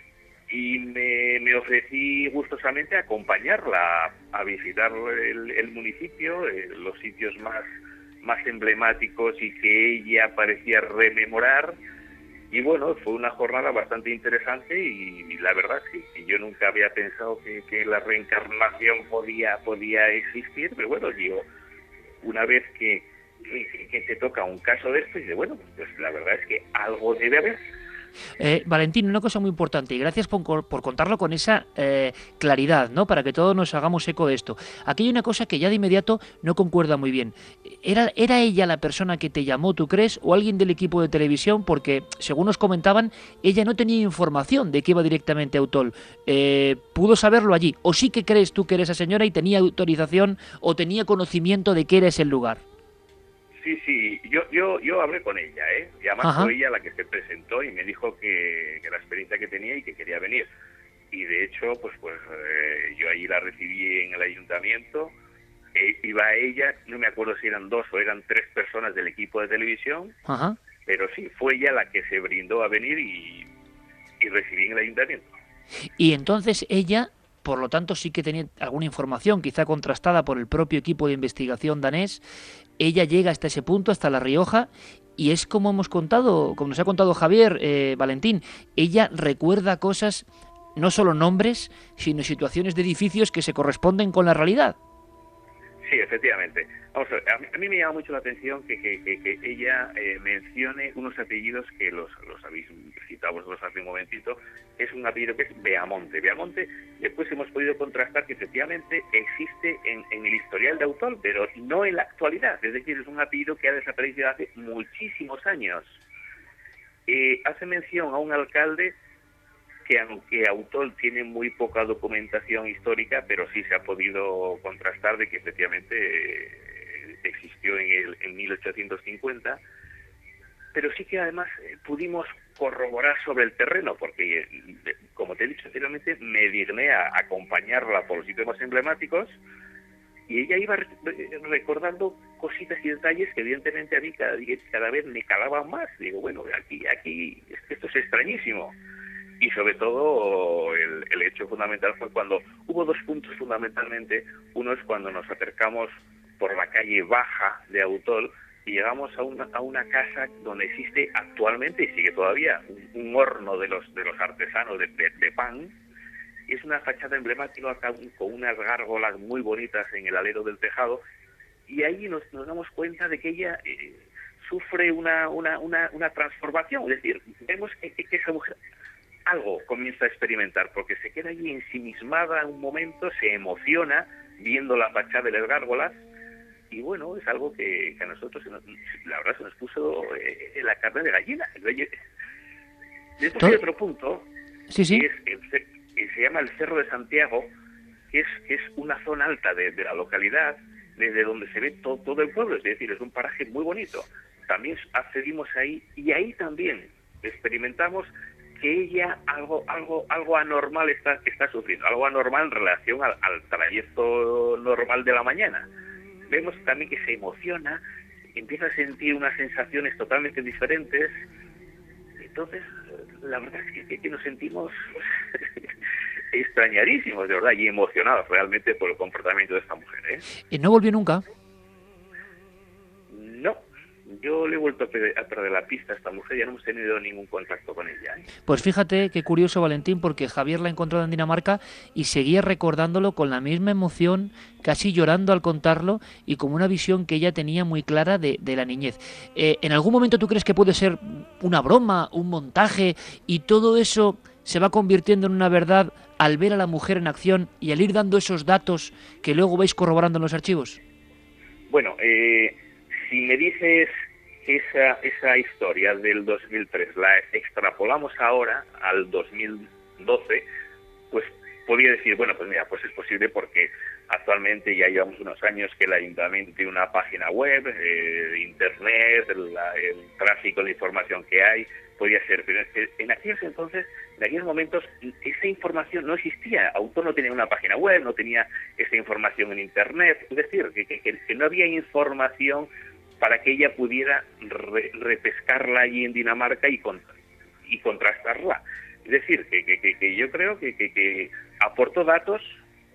y me, me ofrecí gustosamente acompañarla a, a visitar el, el municipio, eh, los sitios más más emblemáticos y que ella parecía rememorar y bueno, fue una jornada bastante interesante y, y la verdad es que yo nunca había pensado que, que la reencarnación podía podía existir, pero bueno, yo una vez que, que, que te toca un caso de esto y de bueno, pues la verdad es que algo debe haber. Eh, Valentín, una cosa muy importante y gracias por, por contarlo con esa eh, claridad, ¿no? Para que todos nos hagamos eco de esto. Aquí hay una cosa que ya de inmediato no concuerda muy bien. ¿Era, ¿Era ella la persona que te llamó, tú crees, o alguien del equipo de televisión? Porque, según nos comentaban, ella no tenía información de que iba directamente a Autol. Eh, ¿Pudo saberlo allí? ¿O sí que crees tú que era esa señora y tenía autorización o tenía conocimiento de que era ese el lugar? Sí, sí, yo, yo, yo hablé con ella, ¿eh? Y además Ajá. fue ella la que se presentó y me dijo que, que la experiencia que tenía y que quería venir. Y de hecho, pues, pues eh, yo allí la recibí en el ayuntamiento, eh, iba ella, no me acuerdo si eran dos o eran tres personas del equipo de televisión, Ajá. pero sí, fue ella la que se brindó a venir y, y recibí en el ayuntamiento. Y entonces ella, por lo tanto, sí que tenía alguna información, quizá contrastada por el propio equipo de investigación danés. Ella llega hasta ese punto, hasta La Rioja, y es como hemos contado, como nos ha contado Javier, eh, Valentín, ella recuerda cosas, no solo nombres, sino situaciones de edificios que se corresponden con la realidad. Sí, efectivamente. Vamos a ver, a mí, a mí me llama mucho la atención que, que, que, que ella eh, mencione unos apellidos que los, los habéis citado vosotros hace un momentito. Es un apellido que es Beamonte. Beamonte, después hemos podido contrastar que efectivamente existe en, en el historial de Autol, pero no en la actualidad. Es decir, es un apellido que ha desaparecido hace muchísimos años. Eh, hace mención a un alcalde que aunque Autol tiene muy poca documentación histórica, pero sí se ha podido contrastar de que efectivamente eh, existió en, el, en mil ochocientos cincuenta, pero sí que además eh, pudimos corroborar sobre el terreno, porque, eh, como te he dicho anteriormente, me digné a acompañarla por los sitios más emblemáticos, y ella iba re recordando cositas y detalles que evidentemente a mí cada, cada vez me calaban más. Digo, bueno, aquí, aquí, esto es extrañísimo. Y sobre todo el, el hecho fundamental fue cuando hubo dos puntos fundamentalmente. Uno es cuando nos acercamos por la calle baja de Autol y llegamos a una, a una casa donde existe actualmente y sigue todavía un, un horno de los de los artesanos de, de, de pan. Y es una fachada emblemática con unas gárgolas muy bonitas en el alero del tejado. Y ahí nos, nos damos cuenta de que ella eh, sufre una, una, una, una transformación. Es decir, vemos que, que, que esa mujer algo comienza a experimentar, porque se queda allí ensimismada un momento, se emociona viendo la fachada de las gárgolas, y bueno, es algo que, que a nosotros, la verdad, se nos puso eh, la carne de gallina. Después hay otro punto, sí, sí. que, es el, que se llama el Cerro de Santiago, que es, que es una zona alta de, de la localidad, desde donde se ve to, todo el pueblo, es decir, es un paraje muy bonito. También accedimos ahí, y ahí también experimentamos que ella algo algo algo anormal está está sufriendo, algo anormal en relación al, al trayecto normal de la mañana. Vemos también que se emociona, empieza a sentir unas sensaciones totalmente diferentes. Entonces, la verdad es que, que nos sentimos extrañadísimos, de verdad, y emocionados realmente por el comportamiento de esta mujer, ¿eh? ¿Y no volvió nunca? No. Yo le he vuelto a perder la pista a esta mujer, ya no hemos tenido ningún contacto con ella, ¿eh? Pues fíjate qué curioso, Valentín, porque Javier la ha encontrado en Dinamarca y seguía recordándolo con la misma emoción, casi llorando al contarlo y como una visión que ella tenía muy clara de, de la niñez. Eh, ¿En algún momento tú crees que puede ser una broma, un montaje y todo eso se va convirtiendo en una verdad al ver a la mujer en acción y al ir dando esos datos que luego vais corroborando en los archivos? Bueno, eh... si me dices que esa, esa historia del dos mil tres la extrapolamos ahora al dos mil doce, pues podría decir, bueno, pues mira, pues es posible porque actualmente ya llevamos unos años que el ayuntamiento tiene una página web, eh, internet, la, el tráfico de información que hay, podría ser, pero es que en aquellos entonces, en aquellos momentos, esa información no existía. Autor no tenía una página web, no tenía esa información en internet, es decir, que, que, que no había información para que ella pudiera re, repescarla allí en Dinamarca y, con, y contrastarla. Es decir, que, que, que, que yo creo que, que, que aportó datos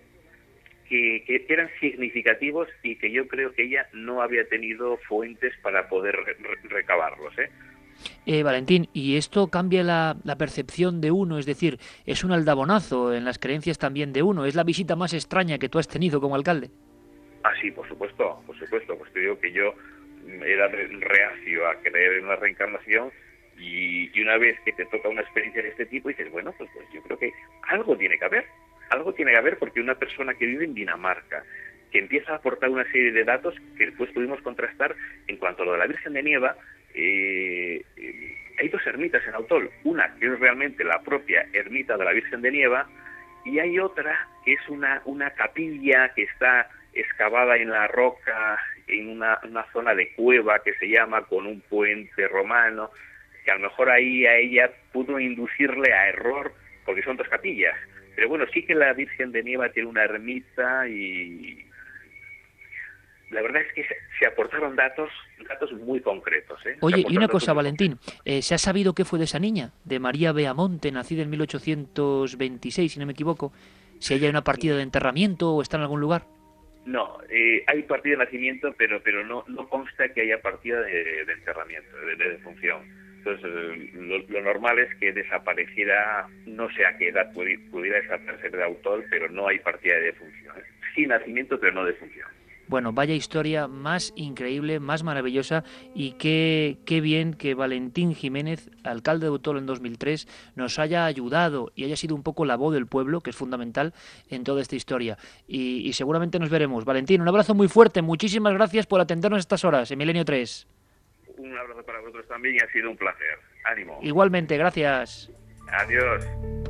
que, que eran significativos y que yo creo que ella no había tenido fuentes para poder re, re, recabarlos, ¿eh? Eh, Valentín, ¿y esto cambia la, la percepción de uno? Es decir, ¿es un aldabonazo en las creencias también de uno? ¿Es la visita más extraña que tú has tenido como alcalde? Ah, sí, por supuesto, por supuesto. Pues te digo que yo era reacio a creer en una reencarnación y, y una vez que te toca una experiencia de este tipo dices, bueno, pues, pues yo creo que algo tiene que haber, algo tiene que haber porque una persona que vive en Dinamarca, que empieza a aportar una serie de datos que después pudimos contrastar en cuanto a lo de la Virgen de Nieva, eh, eh, hay dos ermitas en Autol, una que es realmente la propia ermita de la Virgen de Nieva y hay otra que es una, una capilla que está excavada en la roca en una, una zona de cueva que se llama, con un puente romano, que a lo mejor ahí a ella pudo inducirle a error, porque son dos capillas. Pero bueno, sí que la Virgen de Nieva tiene una ermita y la verdad es que se, se aportaron datos datos muy concretos. ¿eh? Oye, y una cosa, Valentín, eh, ¿se ha sabido qué fue de esa niña? De María Beamonte, nacida en mil ochocientos veintiséis, si no me equivoco. ¿Si ella hay una partida de enterramiento o está en algún lugar? No, eh, hay partida de nacimiento, pero pero no no consta que haya partida de, de enterramiento, de, de defunción. Entonces, eh, lo, lo normal es que desapareciera, no sé a qué edad pudiera, pudiera desaparecer de autor, pero no hay partida de defunción. ¿eh? Sí nacimiento, pero no defunción. Bueno, vaya historia más increíble, más maravillosa, y qué, qué bien que Valentín Jiménez, alcalde de Utol en dos mil tres, nos haya ayudado y haya sido un poco la voz del pueblo, que es fundamental en toda esta historia. Y, y seguramente nos veremos. Valentín, un abrazo muy fuerte, muchísimas gracias por atendernos estas horas en Milenio tres. Un abrazo para vosotros también y ha sido un placer. Ánimo. Igualmente, gracias. Adiós.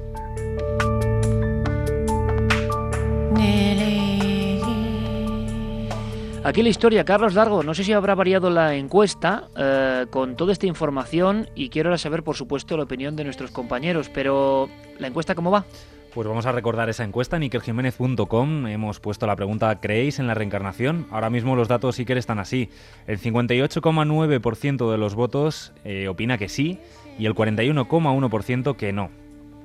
Aquí la historia, Carlos Dargo. No sé si habrá variado la encuesta eh, con toda esta información, y quiero ahora saber, por supuesto, la opinión de nuestros compañeros. Pero, ¿la encuesta cómo va? Pues vamos a recordar esa encuesta en iker jiménez punto com. Hemos puesto la pregunta: ¿creéis en la reencarnación? Ahora mismo los datos Iker están así. El cincuenta y ocho coma nueve por ciento de los votos eh, opina que sí, y el cuarenta y uno coma uno por ciento que no.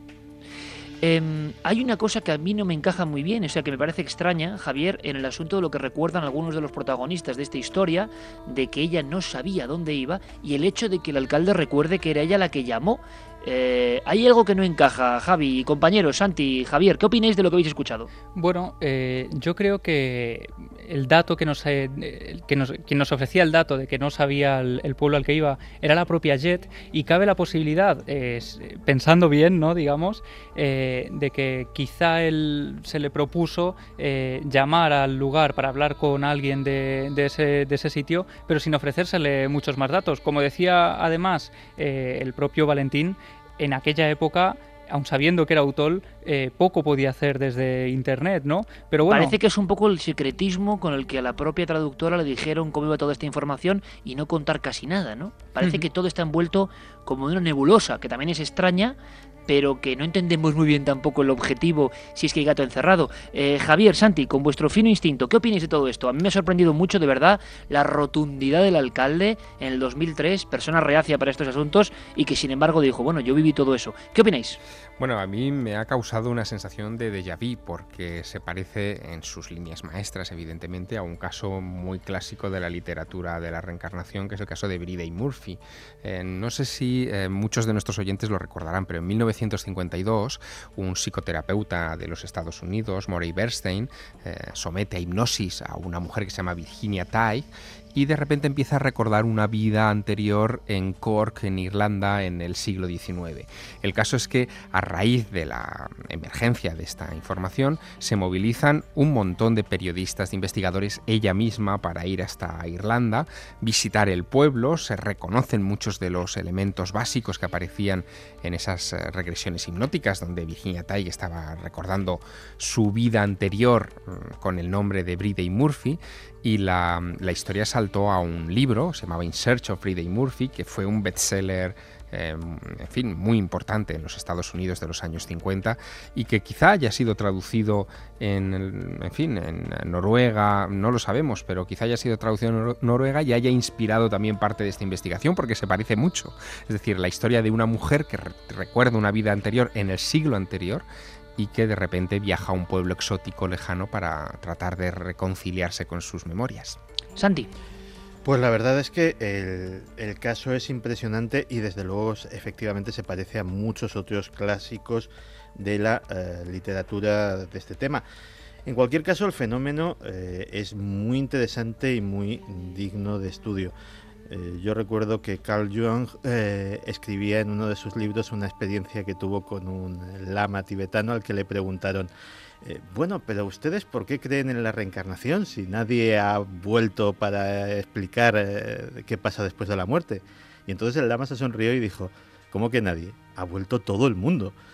Eh, hay una cosa que a mí no me encaja muy bien, o sea, que me parece extraña, Javier, en el asunto de lo que recuerdan algunos de los protagonistas de esta historia, de que ella no sabía dónde iba, y el hecho de que el alcalde recuerde que era ella la que llamó. Eh, hay algo que no encaja, Javi, compañeros, Santi, Javier, ¿qué opináis de lo que habéis escuchado? Bueno, eh, yo creo que el dato que nos, eh, que nos, quien nos ofrecía el dato de que no sabía el, el pueblo al que iba era la propia Jet, y cabe la posibilidad, eh, pensando bien, ¿no? digamos, eh, de que quizá él se le propuso eh, llamar al lugar para hablar con alguien de, de, ese, de ese sitio, pero sin ofrecérsele muchos más datos. Como decía además eh, el propio Valentín, en aquella época, aun sabiendo que era Utol, eh, poco podía hacer desde internet, ¿no? Pero bueno, parece que es un poco el secretismo con el que a la propia traductora le dijeron cómo iba toda esta información y no contar casi nada, ¿no? Parece uh-huh. que todo está envuelto como en una nebulosa, que también es extraña, pero que no entendemos muy bien tampoco el objetivo, si es que hay gato encerrado. Eh, Javier, Santi, con vuestro fino instinto, ¿qué opináis de todo esto? A mí me ha sorprendido mucho, de verdad, la rotundidad del alcalde en el dos mil tres, persona reacia para estos asuntos, y que sin embargo dijo, bueno, yo viví todo eso. ¿Qué opináis? Bueno, a mí me ha causado una sensación de déjà vu, porque se parece en sus líneas maestras, evidentemente, a un caso muy clásico de la literatura de la reencarnación, que es el caso de Brida y Murphy. Eh, no sé si eh, muchos de nuestros oyentes lo recordarán, pero en mil novecientos cincuenta y dos, un psicoterapeuta de los Estados Unidos, Morey Bernstein, eh, somete a hipnosis a una mujer que se llama Virginia Tighe, y de repente empieza a recordar una vida anterior en Cork, en Irlanda, en el siglo diecinueve. El caso es que, a raíz de la emergencia de esta información, se movilizan un montón de periodistas, de investigadores, ella misma, para ir hasta Irlanda, visitar el pueblo. Se reconocen muchos de los elementos básicos que aparecían en esas regresiones hipnóticas, donde Virginia Tighe estaba recordando su vida anterior con el nombre de Brida y Murphy. Y la, la historia saltó a un libro, se llamaba In Search of Brida y Murphy, que fue un bestseller, eh, en fin, muy importante en los Estados Unidos de los años cincuenta, y que quizá haya sido traducido en, en fin, en Noruega, no lo sabemos, pero quizá haya sido traducido en Noruega y haya inspirado también parte de esta investigación, porque se parece mucho. Es decir, la historia de una mujer que re- recuerda una vida anterior en el siglo anterior, y que de repente viaja a un pueblo exótico lejano para tratar de reconciliarse con sus memorias. Santi. Pues la verdad es que el, el caso es impresionante y desde luego efectivamente se parece a muchos otros clásicos de la eh, literatura de este tema. En cualquier caso, el fenómeno eh, es muy interesante y muy digno de estudio. Eh, yo recuerdo que Carl Jung eh, escribía en uno de sus libros una experiencia que tuvo con un lama tibetano al que le preguntaron, eh, bueno, pero ¿ustedes por qué creen en la reencarnación si nadie ha vuelto para explicar eh, qué pasa después de la muerte? Y entonces el lama se sonrió y dijo, ¿cómo que nadie? Ha vuelto todo el mundo.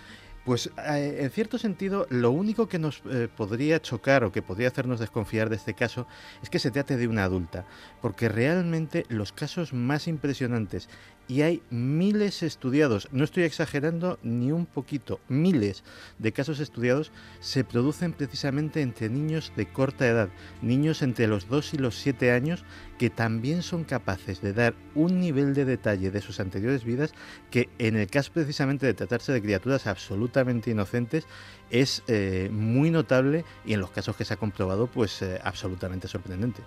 Pues eh, en cierto sentido, lo único que nos eh, podría chocar o que podría hacernos desconfiar de este caso es que se trate de una adulta, porque realmente los casos más impresionantes, y hay miles estudiados, no estoy exagerando ni un poquito, miles de casos estudiados, se producen precisamente entre niños de corta edad, niños entre los dos y los siete años, que también son capaces de dar un nivel de detalle de sus anteriores vidas que, en el caso precisamente de tratarse de criaturas absolutamente inocentes, es eh, muy notable, y en los casos que se ha comprobado, pues eh, absolutamente sorprendente.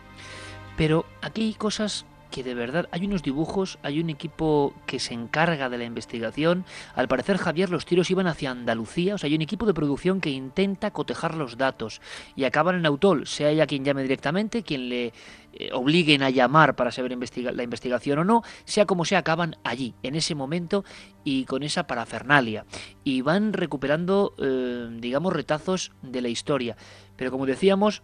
Pero aquí hay cosas que de verdad, hay unos dibujos, hay un equipo que se encarga de la investigación. Al parecer, Javier, los tiros iban hacia Andalucía, o sea, hay un equipo de producción que intenta cotejar los datos y acaban en Autol, sea ella quien llame directamente, quien le eh, obliguen a llamar para saber investiga- la investigación o no, sea como sea, acaban allí, en ese momento y con esa parafernalia. Y van recuperando, eh, digamos, retazos de la historia. Pero como decíamos,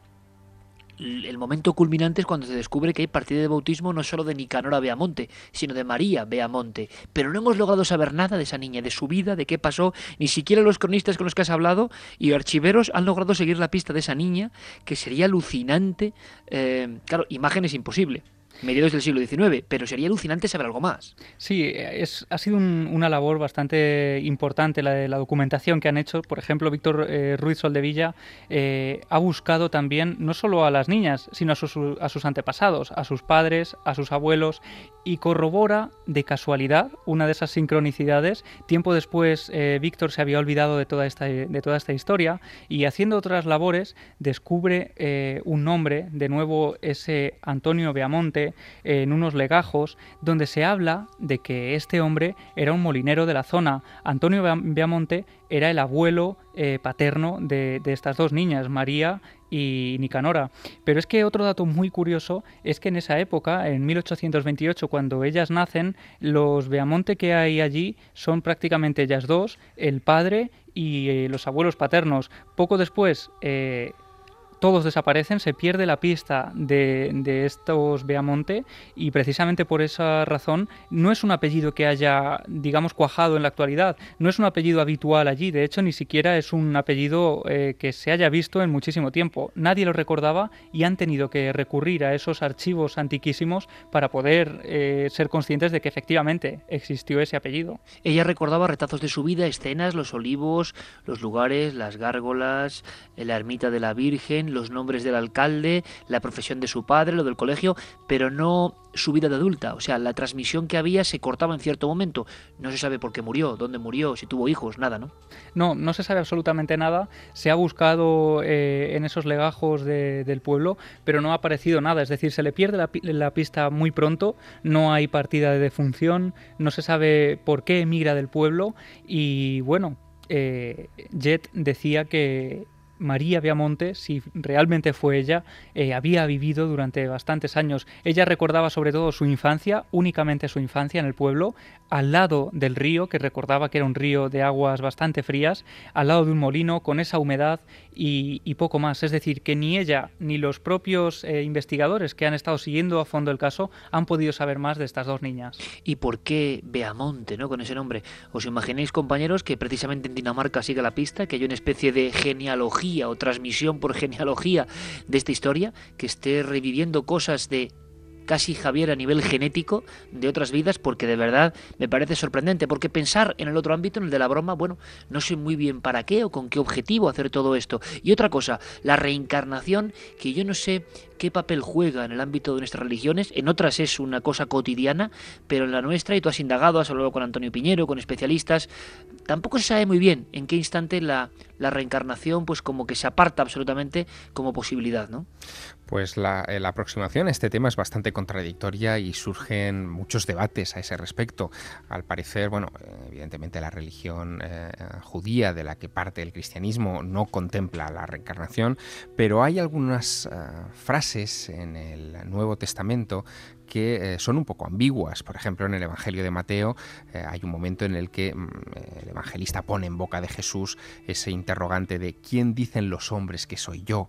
el momento culminante es cuando se descubre que hay partida de bautismo no solo de Nicanora Beamonte, sino de María Beamonte. Pero no hemos logrado saber nada de esa niña, de su vida, de qué pasó. Ni siquiera los cronistas con los que has hablado y archiveros han logrado seguir la pista de esa niña, que sería alucinante. Eh, claro, imagen es imposible, mediados del siglo diecinueve, pero sería alucinante saber algo más. Sí, es, ha sido un, una labor bastante importante la de la documentación que han hecho. Por ejemplo, Víctor eh, Ruiz Soldevilla eh, ha buscado también no solo a las niñas, sino a sus, a sus antepasados, a sus padres, a sus abuelos, y corrobora de casualidad una de esas sincronicidades. Tiempo después, eh, Víctor se había olvidado de toda esta, de toda esta historia, y haciendo otras labores descubre eh, un nombre, de nuevo ese Antonio Beamonte, en unos legajos donde se habla de que este hombre era un molinero de la zona. Antonio Beamonte era el abuelo eh, paterno de, de estas dos niñas, María y Nicanora. Pero es que otro dato muy curioso es que en esa época, en mil ochocientos veintiocho, cuando ellas nacen, los Beamonte que hay allí son prácticamente ellas dos, el padre y eh, los abuelos paternos. Poco después, eh, todos desaparecen, se pierde la pista de, de estos Beamonte, y precisamente por esa razón no es un apellido que haya, digamos, cuajado en la actualidad, no es un apellido habitual allí, de hecho ni siquiera es un apellido eh, que se haya visto en muchísimo tiempo. Nadie lo recordaba y han tenido que recurrir a esos archivos antiquísimos para poder eh, ser conscientes de que efectivamente existió ese apellido. Ella recordaba retazos de su vida, escenas, los olivos, los lugares, las gárgolas, la ermita de la Virgen, los nombres del alcalde, la profesión de su padre, lo del colegio, pero no su vida de adulta. O sea, la transmisión que había se cortaba en cierto momento. No se sabe por qué murió, dónde murió, si tuvo hijos, nada, ¿no? No, no se sabe absolutamente nada. Se ha buscado eh, en esos legajos de, del pueblo, pero no ha aparecido nada. Es decir, se le pierde la, la pista muy pronto, no hay partida de defunción, no se sabe por qué emigra del pueblo, y bueno, eh, Jet decía que María Beamonte, si realmente fue ella, eh, había vivido durante bastantes años. Ella recordaba sobre todo su infancia, únicamente su infancia en el pueblo, al lado del río, que recordaba que era un río de aguas bastante frías, al lado de un molino con esa humedad y, y poco más. Es decir, que ni ella ni los propios eh, investigadores que han estado siguiendo a fondo el caso han podido saber más de estas dos niñas. ¿Y por qué Beamonte, ¿no?, con ese nombre? ¿Os imagináis, compañeros, que precisamente en Dinamarca sigue la pista, que hay una especie de genealogía o transmisión por genealogía de esta historia, que esté reviviendo cosas de casi Javier a nivel genético de otras vidas? Porque de verdad me parece sorprendente, porque pensar en el otro ámbito, en el de la broma, bueno, no sé muy bien para qué o con qué objetivo hacer todo esto. Y otra cosa, la reencarnación, que yo no sé qué papel juega en el ámbito de nuestras religiones. En otras es una cosa cotidiana, pero en la nuestra, y tú has indagado, has hablado con Antonio Piñero, con especialistas, tampoco se sabe muy bien en qué instante la, la reencarnación pues como que se aparta absolutamente como posibilidad, ¿no? Pues la, la aproximación a este tema es bastante contradictoria y surgen muchos debates a ese respecto. Al parecer, bueno, evidentemente la religión eh, judía de la que parte el cristianismo no contempla la reencarnación, pero hay algunas eh, frases en el Nuevo Testamento que eh, son un poco ambiguas. Por ejemplo, en el Evangelio de Mateo eh, hay un momento en el que mm, el evangelista pone en boca de Jesús ese interrogante de ¿quién dicen los hombres que soy yo?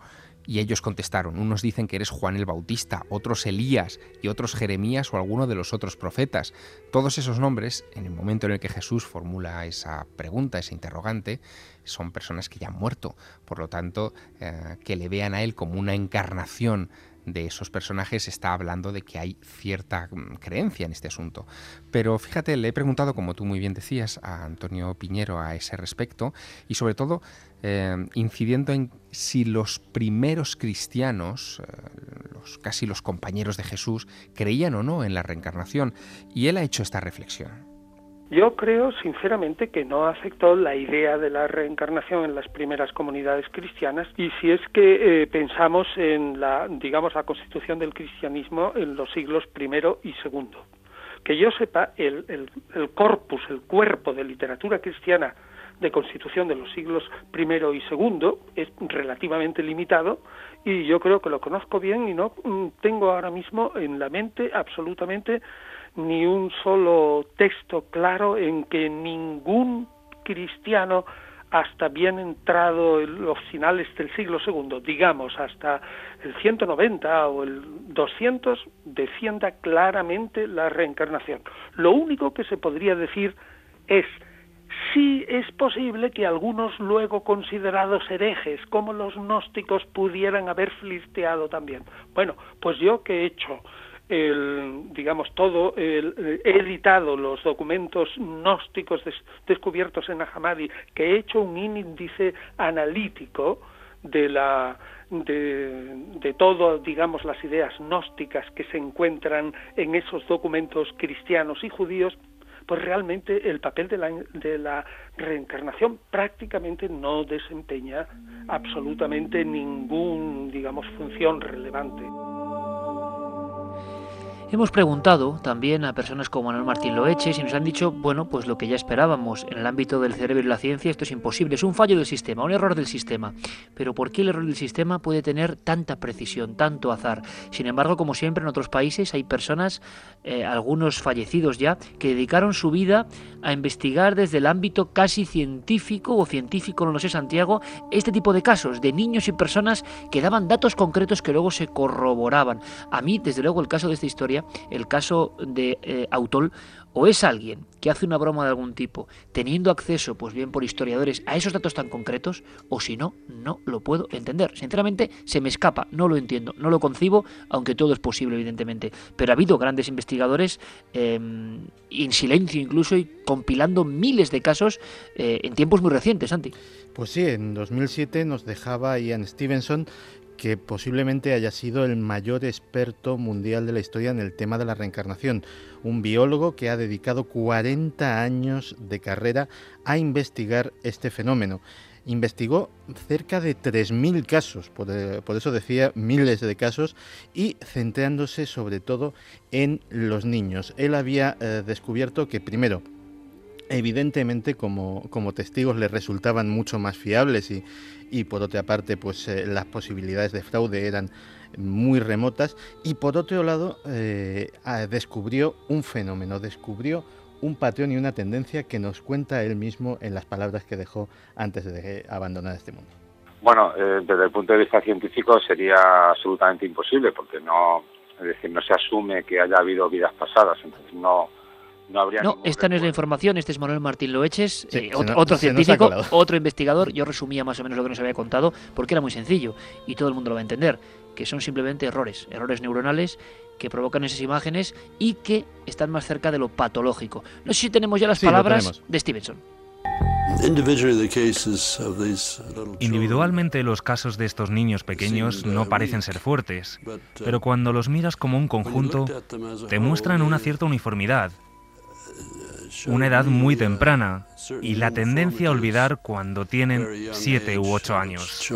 Y ellos contestaron, unos dicen que eres Juan el Bautista, otros Elías y otros Jeremías o alguno de los otros profetas. Todos esos nombres, en el momento en el que Jesús formula esa pregunta, ese interrogante, son personas que ya han muerto. Por lo tanto, eh, que le vean a él como una encarnación de esos personajes está hablando de que hay cierta creencia en este asunto. Pero fíjate, le he preguntado, como tú muy bien decías, a Antonio Piñero a ese respecto y sobre todo eh, incidiendo en si los primeros cristianos, eh, los, casi los compañeros de Jesús, creían o no en la reencarnación. Y él ha hecho esta reflexión. Yo creo, sinceramente, que no aceptó la idea de la reencarnación en las primeras comunidades cristianas, y si es que eh, pensamos en la, digamos, la constitución del cristianismo en los siglos primero y segundo. Que yo sepa, el, el, el corpus, el cuerpo de literatura cristiana de constitución de los siglos primero y segundo es relativamente limitado, y yo creo que lo conozco bien y no mm, tengo ahora mismo en la mente absolutamente ni un solo texto claro en que ningún cristiano hasta bien entrado en los finales del siglo segundo, digamos hasta el ciento noventa o el doscientos, defienda claramente la reencarnación. Lo único que se podría decir es sí es posible que algunos luego considerados herejes, como los gnósticos, pudieran haber flirteado también. Bueno, pues yo que he hecho el, digamos todo, el, he editado los documentos gnósticos des, descubiertos en Ahamadi, que he hecho un índice analítico de la de, de todo, digamos, las ideas gnósticas que se encuentran en esos documentos cristianos y judíos, pues realmente el papel de la, de la reencarnación prácticamente no desempeña absolutamente ningún, digamos, función relevante. Hemos preguntado también a personas como Manuel Martín Loeches y nos han dicho, bueno, pues lo que ya esperábamos. En el ámbito del cerebro y la ciencia esto es imposible, es un fallo del sistema, un error del sistema. Pero ¿por qué el error del sistema puede tener tanta precisión, tanto azar? Sin embargo, como siempre en otros países hay personas, eh, algunos fallecidos ya, que dedicaron su vida a investigar desde el ámbito casi científico o científico, no lo sé, Santiago, este tipo de casos de niños y personas que daban datos concretos que luego se corroboraban. A mí, desde luego, el caso de esta historia, el caso de eh, Autol, o es alguien que hace una broma de algún tipo, teniendo acceso, pues bien por historiadores, a esos datos tan concretos, o si no, no lo puedo entender. Sinceramente, se me escapa, no lo entiendo, no lo concibo, aunque todo es posible, evidentemente. Pero ha habido grandes investigadores, eh, en silencio incluso, y compilando miles de casos eh, en tiempos muy recientes, Santi. Pues sí, en dos mil siete nos dejaba Ian Stevenson, que posiblemente haya sido el mayor experto mundial de la historia en el tema de la reencarnación, un biólogo que ha dedicado cuarenta años de carrera a investigar este fenómeno. Investigó cerca de tres mil casos, por, por eso decía miles de casos, y centrándose sobre todo en los niños. Él había eh, descubierto que primero, evidentemente como, como testigos les resultaban mucho más fiables y, y por otra parte pues eh, las posibilidades de fraude eran muy remotas, y por otro lado eh, descubrió un fenómeno, descubrió un patrón y una tendencia que nos cuenta él mismo en las palabras que dejó antes de abandonar este mundo. Bueno, eh, desde el punto de vista científico sería absolutamente imposible, porque no, es decir, no se asume que haya habido vidas pasadas, entonces no No, habría no esta no es la información, este es Manuel Martín Loeches, sí, eh, otro, no, otro científico, otro investigador. Yo resumía más o menos lo que nos había contado, porque era muy sencillo y todo el mundo lo va a entender, que son simplemente errores, errores neuronales que provocan esas imágenes y que están más cerca de lo patológico. No sé si tenemos ya las sí, palabras de Stevenson. Individualmente los casos de estos niños pequeños no parecen ser fuertes, pero cuando los miras como un conjunto, te muestran una cierta uniformidad, una edad muy temprana y la tendencia a olvidar cuando tienen siete u ocho años.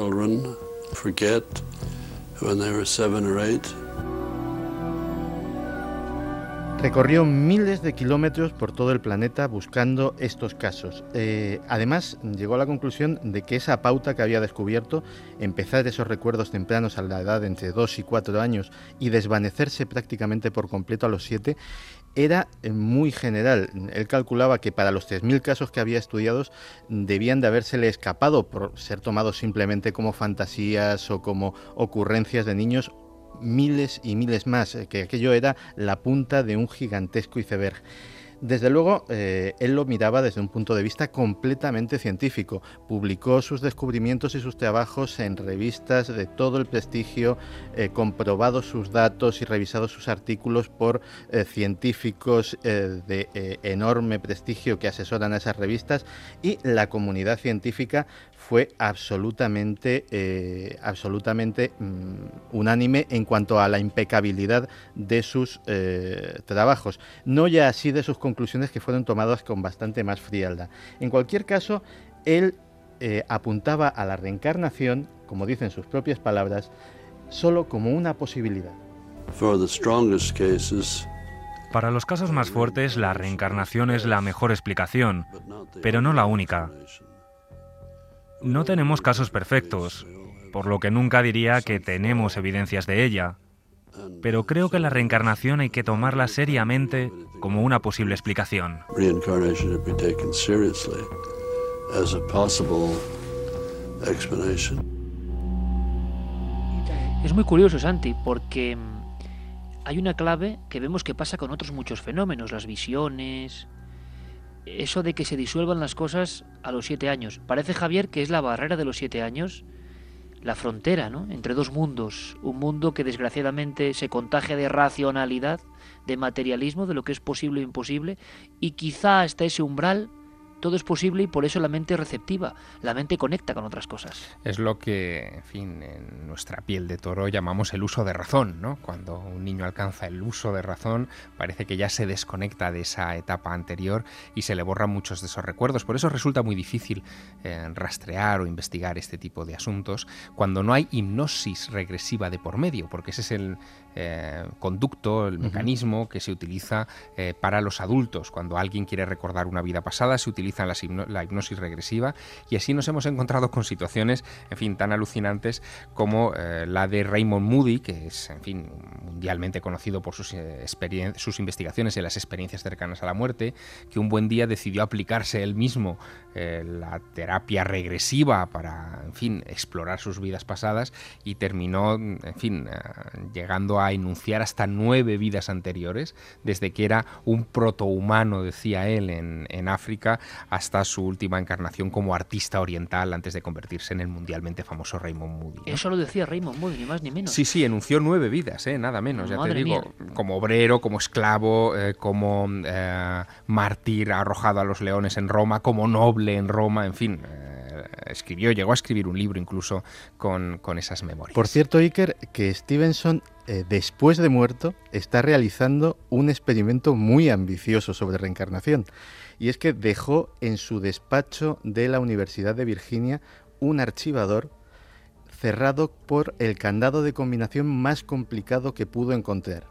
Recorrió miles de kilómetros por todo el planeta buscando estos casos. Eh, además, llegó a la conclusión de que esa pauta que había descubierto, empezar esos recuerdos tempranos a la edad de entre dos y cuatro años y desvanecerse prácticamente por completo a los siete, era muy general. Él calculaba que para los tres mil casos que había estudiados debían de habérsele escapado por ser tomados simplemente como fantasías o como ocurrencias de niños, miles y miles más, que aquello era la punta de un gigantesco iceberg. Desde luego, eh, él lo miraba desde un punto de vista completamente científico. Publicó sus descubrimientos y sus trabajos en revistas de todo el prestigio, eh, comprobado sus datos y revisado sus artículos por eh, científicos eh, de eh, enorme prestigio que asesoran a esas revistas, y la comunidad científica fue absolutamente, eh, absolutamente mmm, unánime en cuanto a la impecabilidad de sus eh, trabajos. No ya así de sus conclusiones, que fueron tomadas con bastante más frialdad. En cualquier caso, él eh, apuntaba a la reencarnación, como dicen sus propias palabras, solo como una posibilidad. Para los casos más fuertes, la reencarnación es la mejor explicación, pero no la única. No tenemos casos perfectos, por lo que nunca diría que tenemos evidencias de ella. Pero creo que la reencarnación hay que tomarla seriamente como una posible explicación. Es muy curioso, Santi, porque hay una clave que vemos que pasa con otros muchos fenómenos, las visiones, eso de que se disuelvan las cosas a los siete años. Parece, Javier, que es la barrera de los siete años, la frontera, ¿no?, entre dos mundos, un mundo que desgraciadamente se contagia de racionalidad, de materialismo, de lo que es posible e imposible, y quizá hasta ese umbral todo es posible y por eso la mente es receptiva, la mente conecta con otras cosas. Es lo que, en fin, en nuestra piel de toro llamamos el uso de razón, ¿no? Cuando un niño alcanza el uso de razón, parece que ya se desconecta de esa etapa anterior y se le borran muchos de esos recuerdos. Por eso resulta muy difícil eh, rastrear o investigar este tipo de asuntos cuando no hay hipnosis regresiva de por medio, porque ese es el eh, conducto, el uh-huh. mecanismo que se utiliza eh, para los adultos. Cuando alguien quiere recordar una vida pasada, se utiliza la hipnosis regresiva, y así nos hemos encontrado con situaciones, en fin, tan alucinantes como eh, la de Raymond Moody, que es, en fin, mundialmente conocido por sus, eh, sus investigaciones en las experiencias cercanas a la muerte, que un buen día decidió aplicarse él mismo eh, la terapia regresiva para, en fin, explorar sus vidas pasadas, y terminó, en fin, eh, llegando a enunciar hasta nueve vidas anteriores, desde que era un protohumano, decía él, en, en África, hasta su última encarnación como artista oriental antes de convertirse en el mundialmente famoso Raymond Moody, ¿no? Eso lo decía Raymond Moody, ni más ni menos. Sí, sí, enunció nueve vidas, ¿eh? Nada menos, ya Madre te digo, mía. Como obrero, como esclavo, eh, como eh, mártir arrojado a los leones en Roma, como noble en Roma, en fin, eh, escribió, llegó a escribir un libro incluso con, con esas memorias. Por cierto, Iker, que Stevenson, eh, después de muerto, está realizando un experimento muy ambicioso sobre reencarnación. Y es que dejó en su despacho de la Universidad de Virginia un archivador cerrado por el candado de combinación más complicado que pudo encontrar.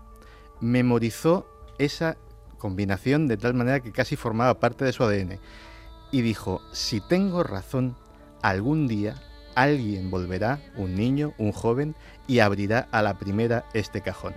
Memorizó esa combinación de tal manera que casi formaba parte de su A D N. Y dijo, si tengo razón, algún día alguien volverá, un niño, un joven, y abrirá a la primera este cajón.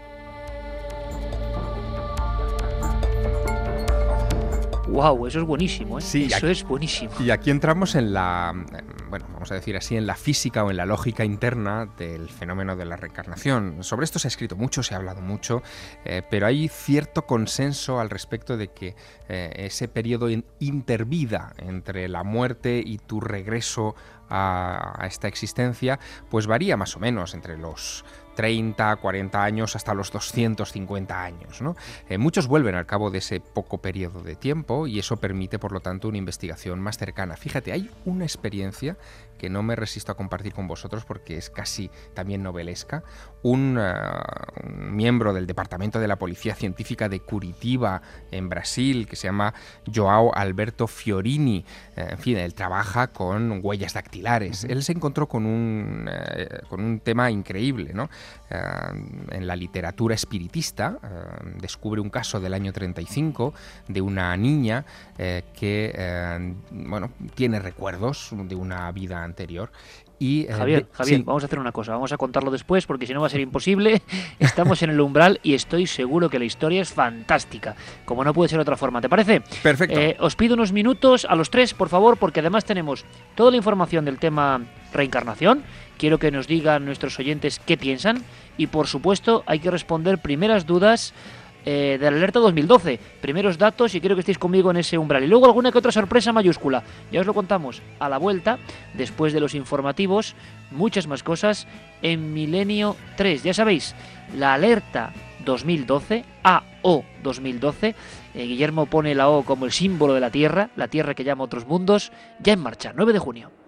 Wow, eso es buenísimo, ¿eh? Sí, eso aquí, es buenísimo. Y aquí entramos en la, bueno, vamos a decir así, en la física o en la lógica interna del fenómeno de la reencarnación. Sobre esto se ha escrito mucho, se ha hablado mucho, eh, pero hay cierto consenso al respecto de que eh, ese periodo intervida entre la muerte y tu regreso a, a esta existencia, pues varía más o menos entre los treinta, cuarenta años hasta los doscientos cincuenta años, ¿no? Eh, muchos vuelven al cabo de ese poco periodo de tiempo y eso permite, por lo tanto, una investigación más cercana. Fíjate, hay una experiencia que no me resisto a compartir con vosotros porque es casi también novelesca. Un, uh, un miembro del Departamento de la Policía Científica de Curitiba, en Brasil, que se llama João Alberto Fiorini, eh, en fin, él trabaja con huellas dactilares. Uh-huh. Él se encontró con un, eh, con un tema increíble, ¿no? Uh, en la literatura espiritista uh, descubre un caso del año treinta y cinco de una niña eh, que eh, bueno, tiene recuerdos de una vida anterior Y, eh, Javier, de- Javier, sí. vamos a hacer una cosa, vamos a contarlo después porque si no va a ser imposible. Estamos en el umbral y estoy seguro que la historia es fantástica, como no puede ser de otra forma. ¿Te parece? Perfecto. Eh, os pido unos minutos a los tres, por favor, porque además tenemos toda la información del tema reencarnación. Quiero que nos digan nuestros oyentes qué piensan y, por supuesto, hay que responder primeras dudas eh, de la alerta dos mil doce. Primeros datos y quiero que estéis conmigo en ese umbral. Y luego alguna que otra sorpresa mayúscula. Ya os lo contamos a la vuelta, después de los informativos, muchas más cosas en Milenio tres. Ya sabéis, la alerta dos mil doce, A O dos mil doce. Eh, Guillermo pone la O como el símbolo de la Tierra, la Tierra que llama a otros mundos. Ya en marcha, nueve de junio.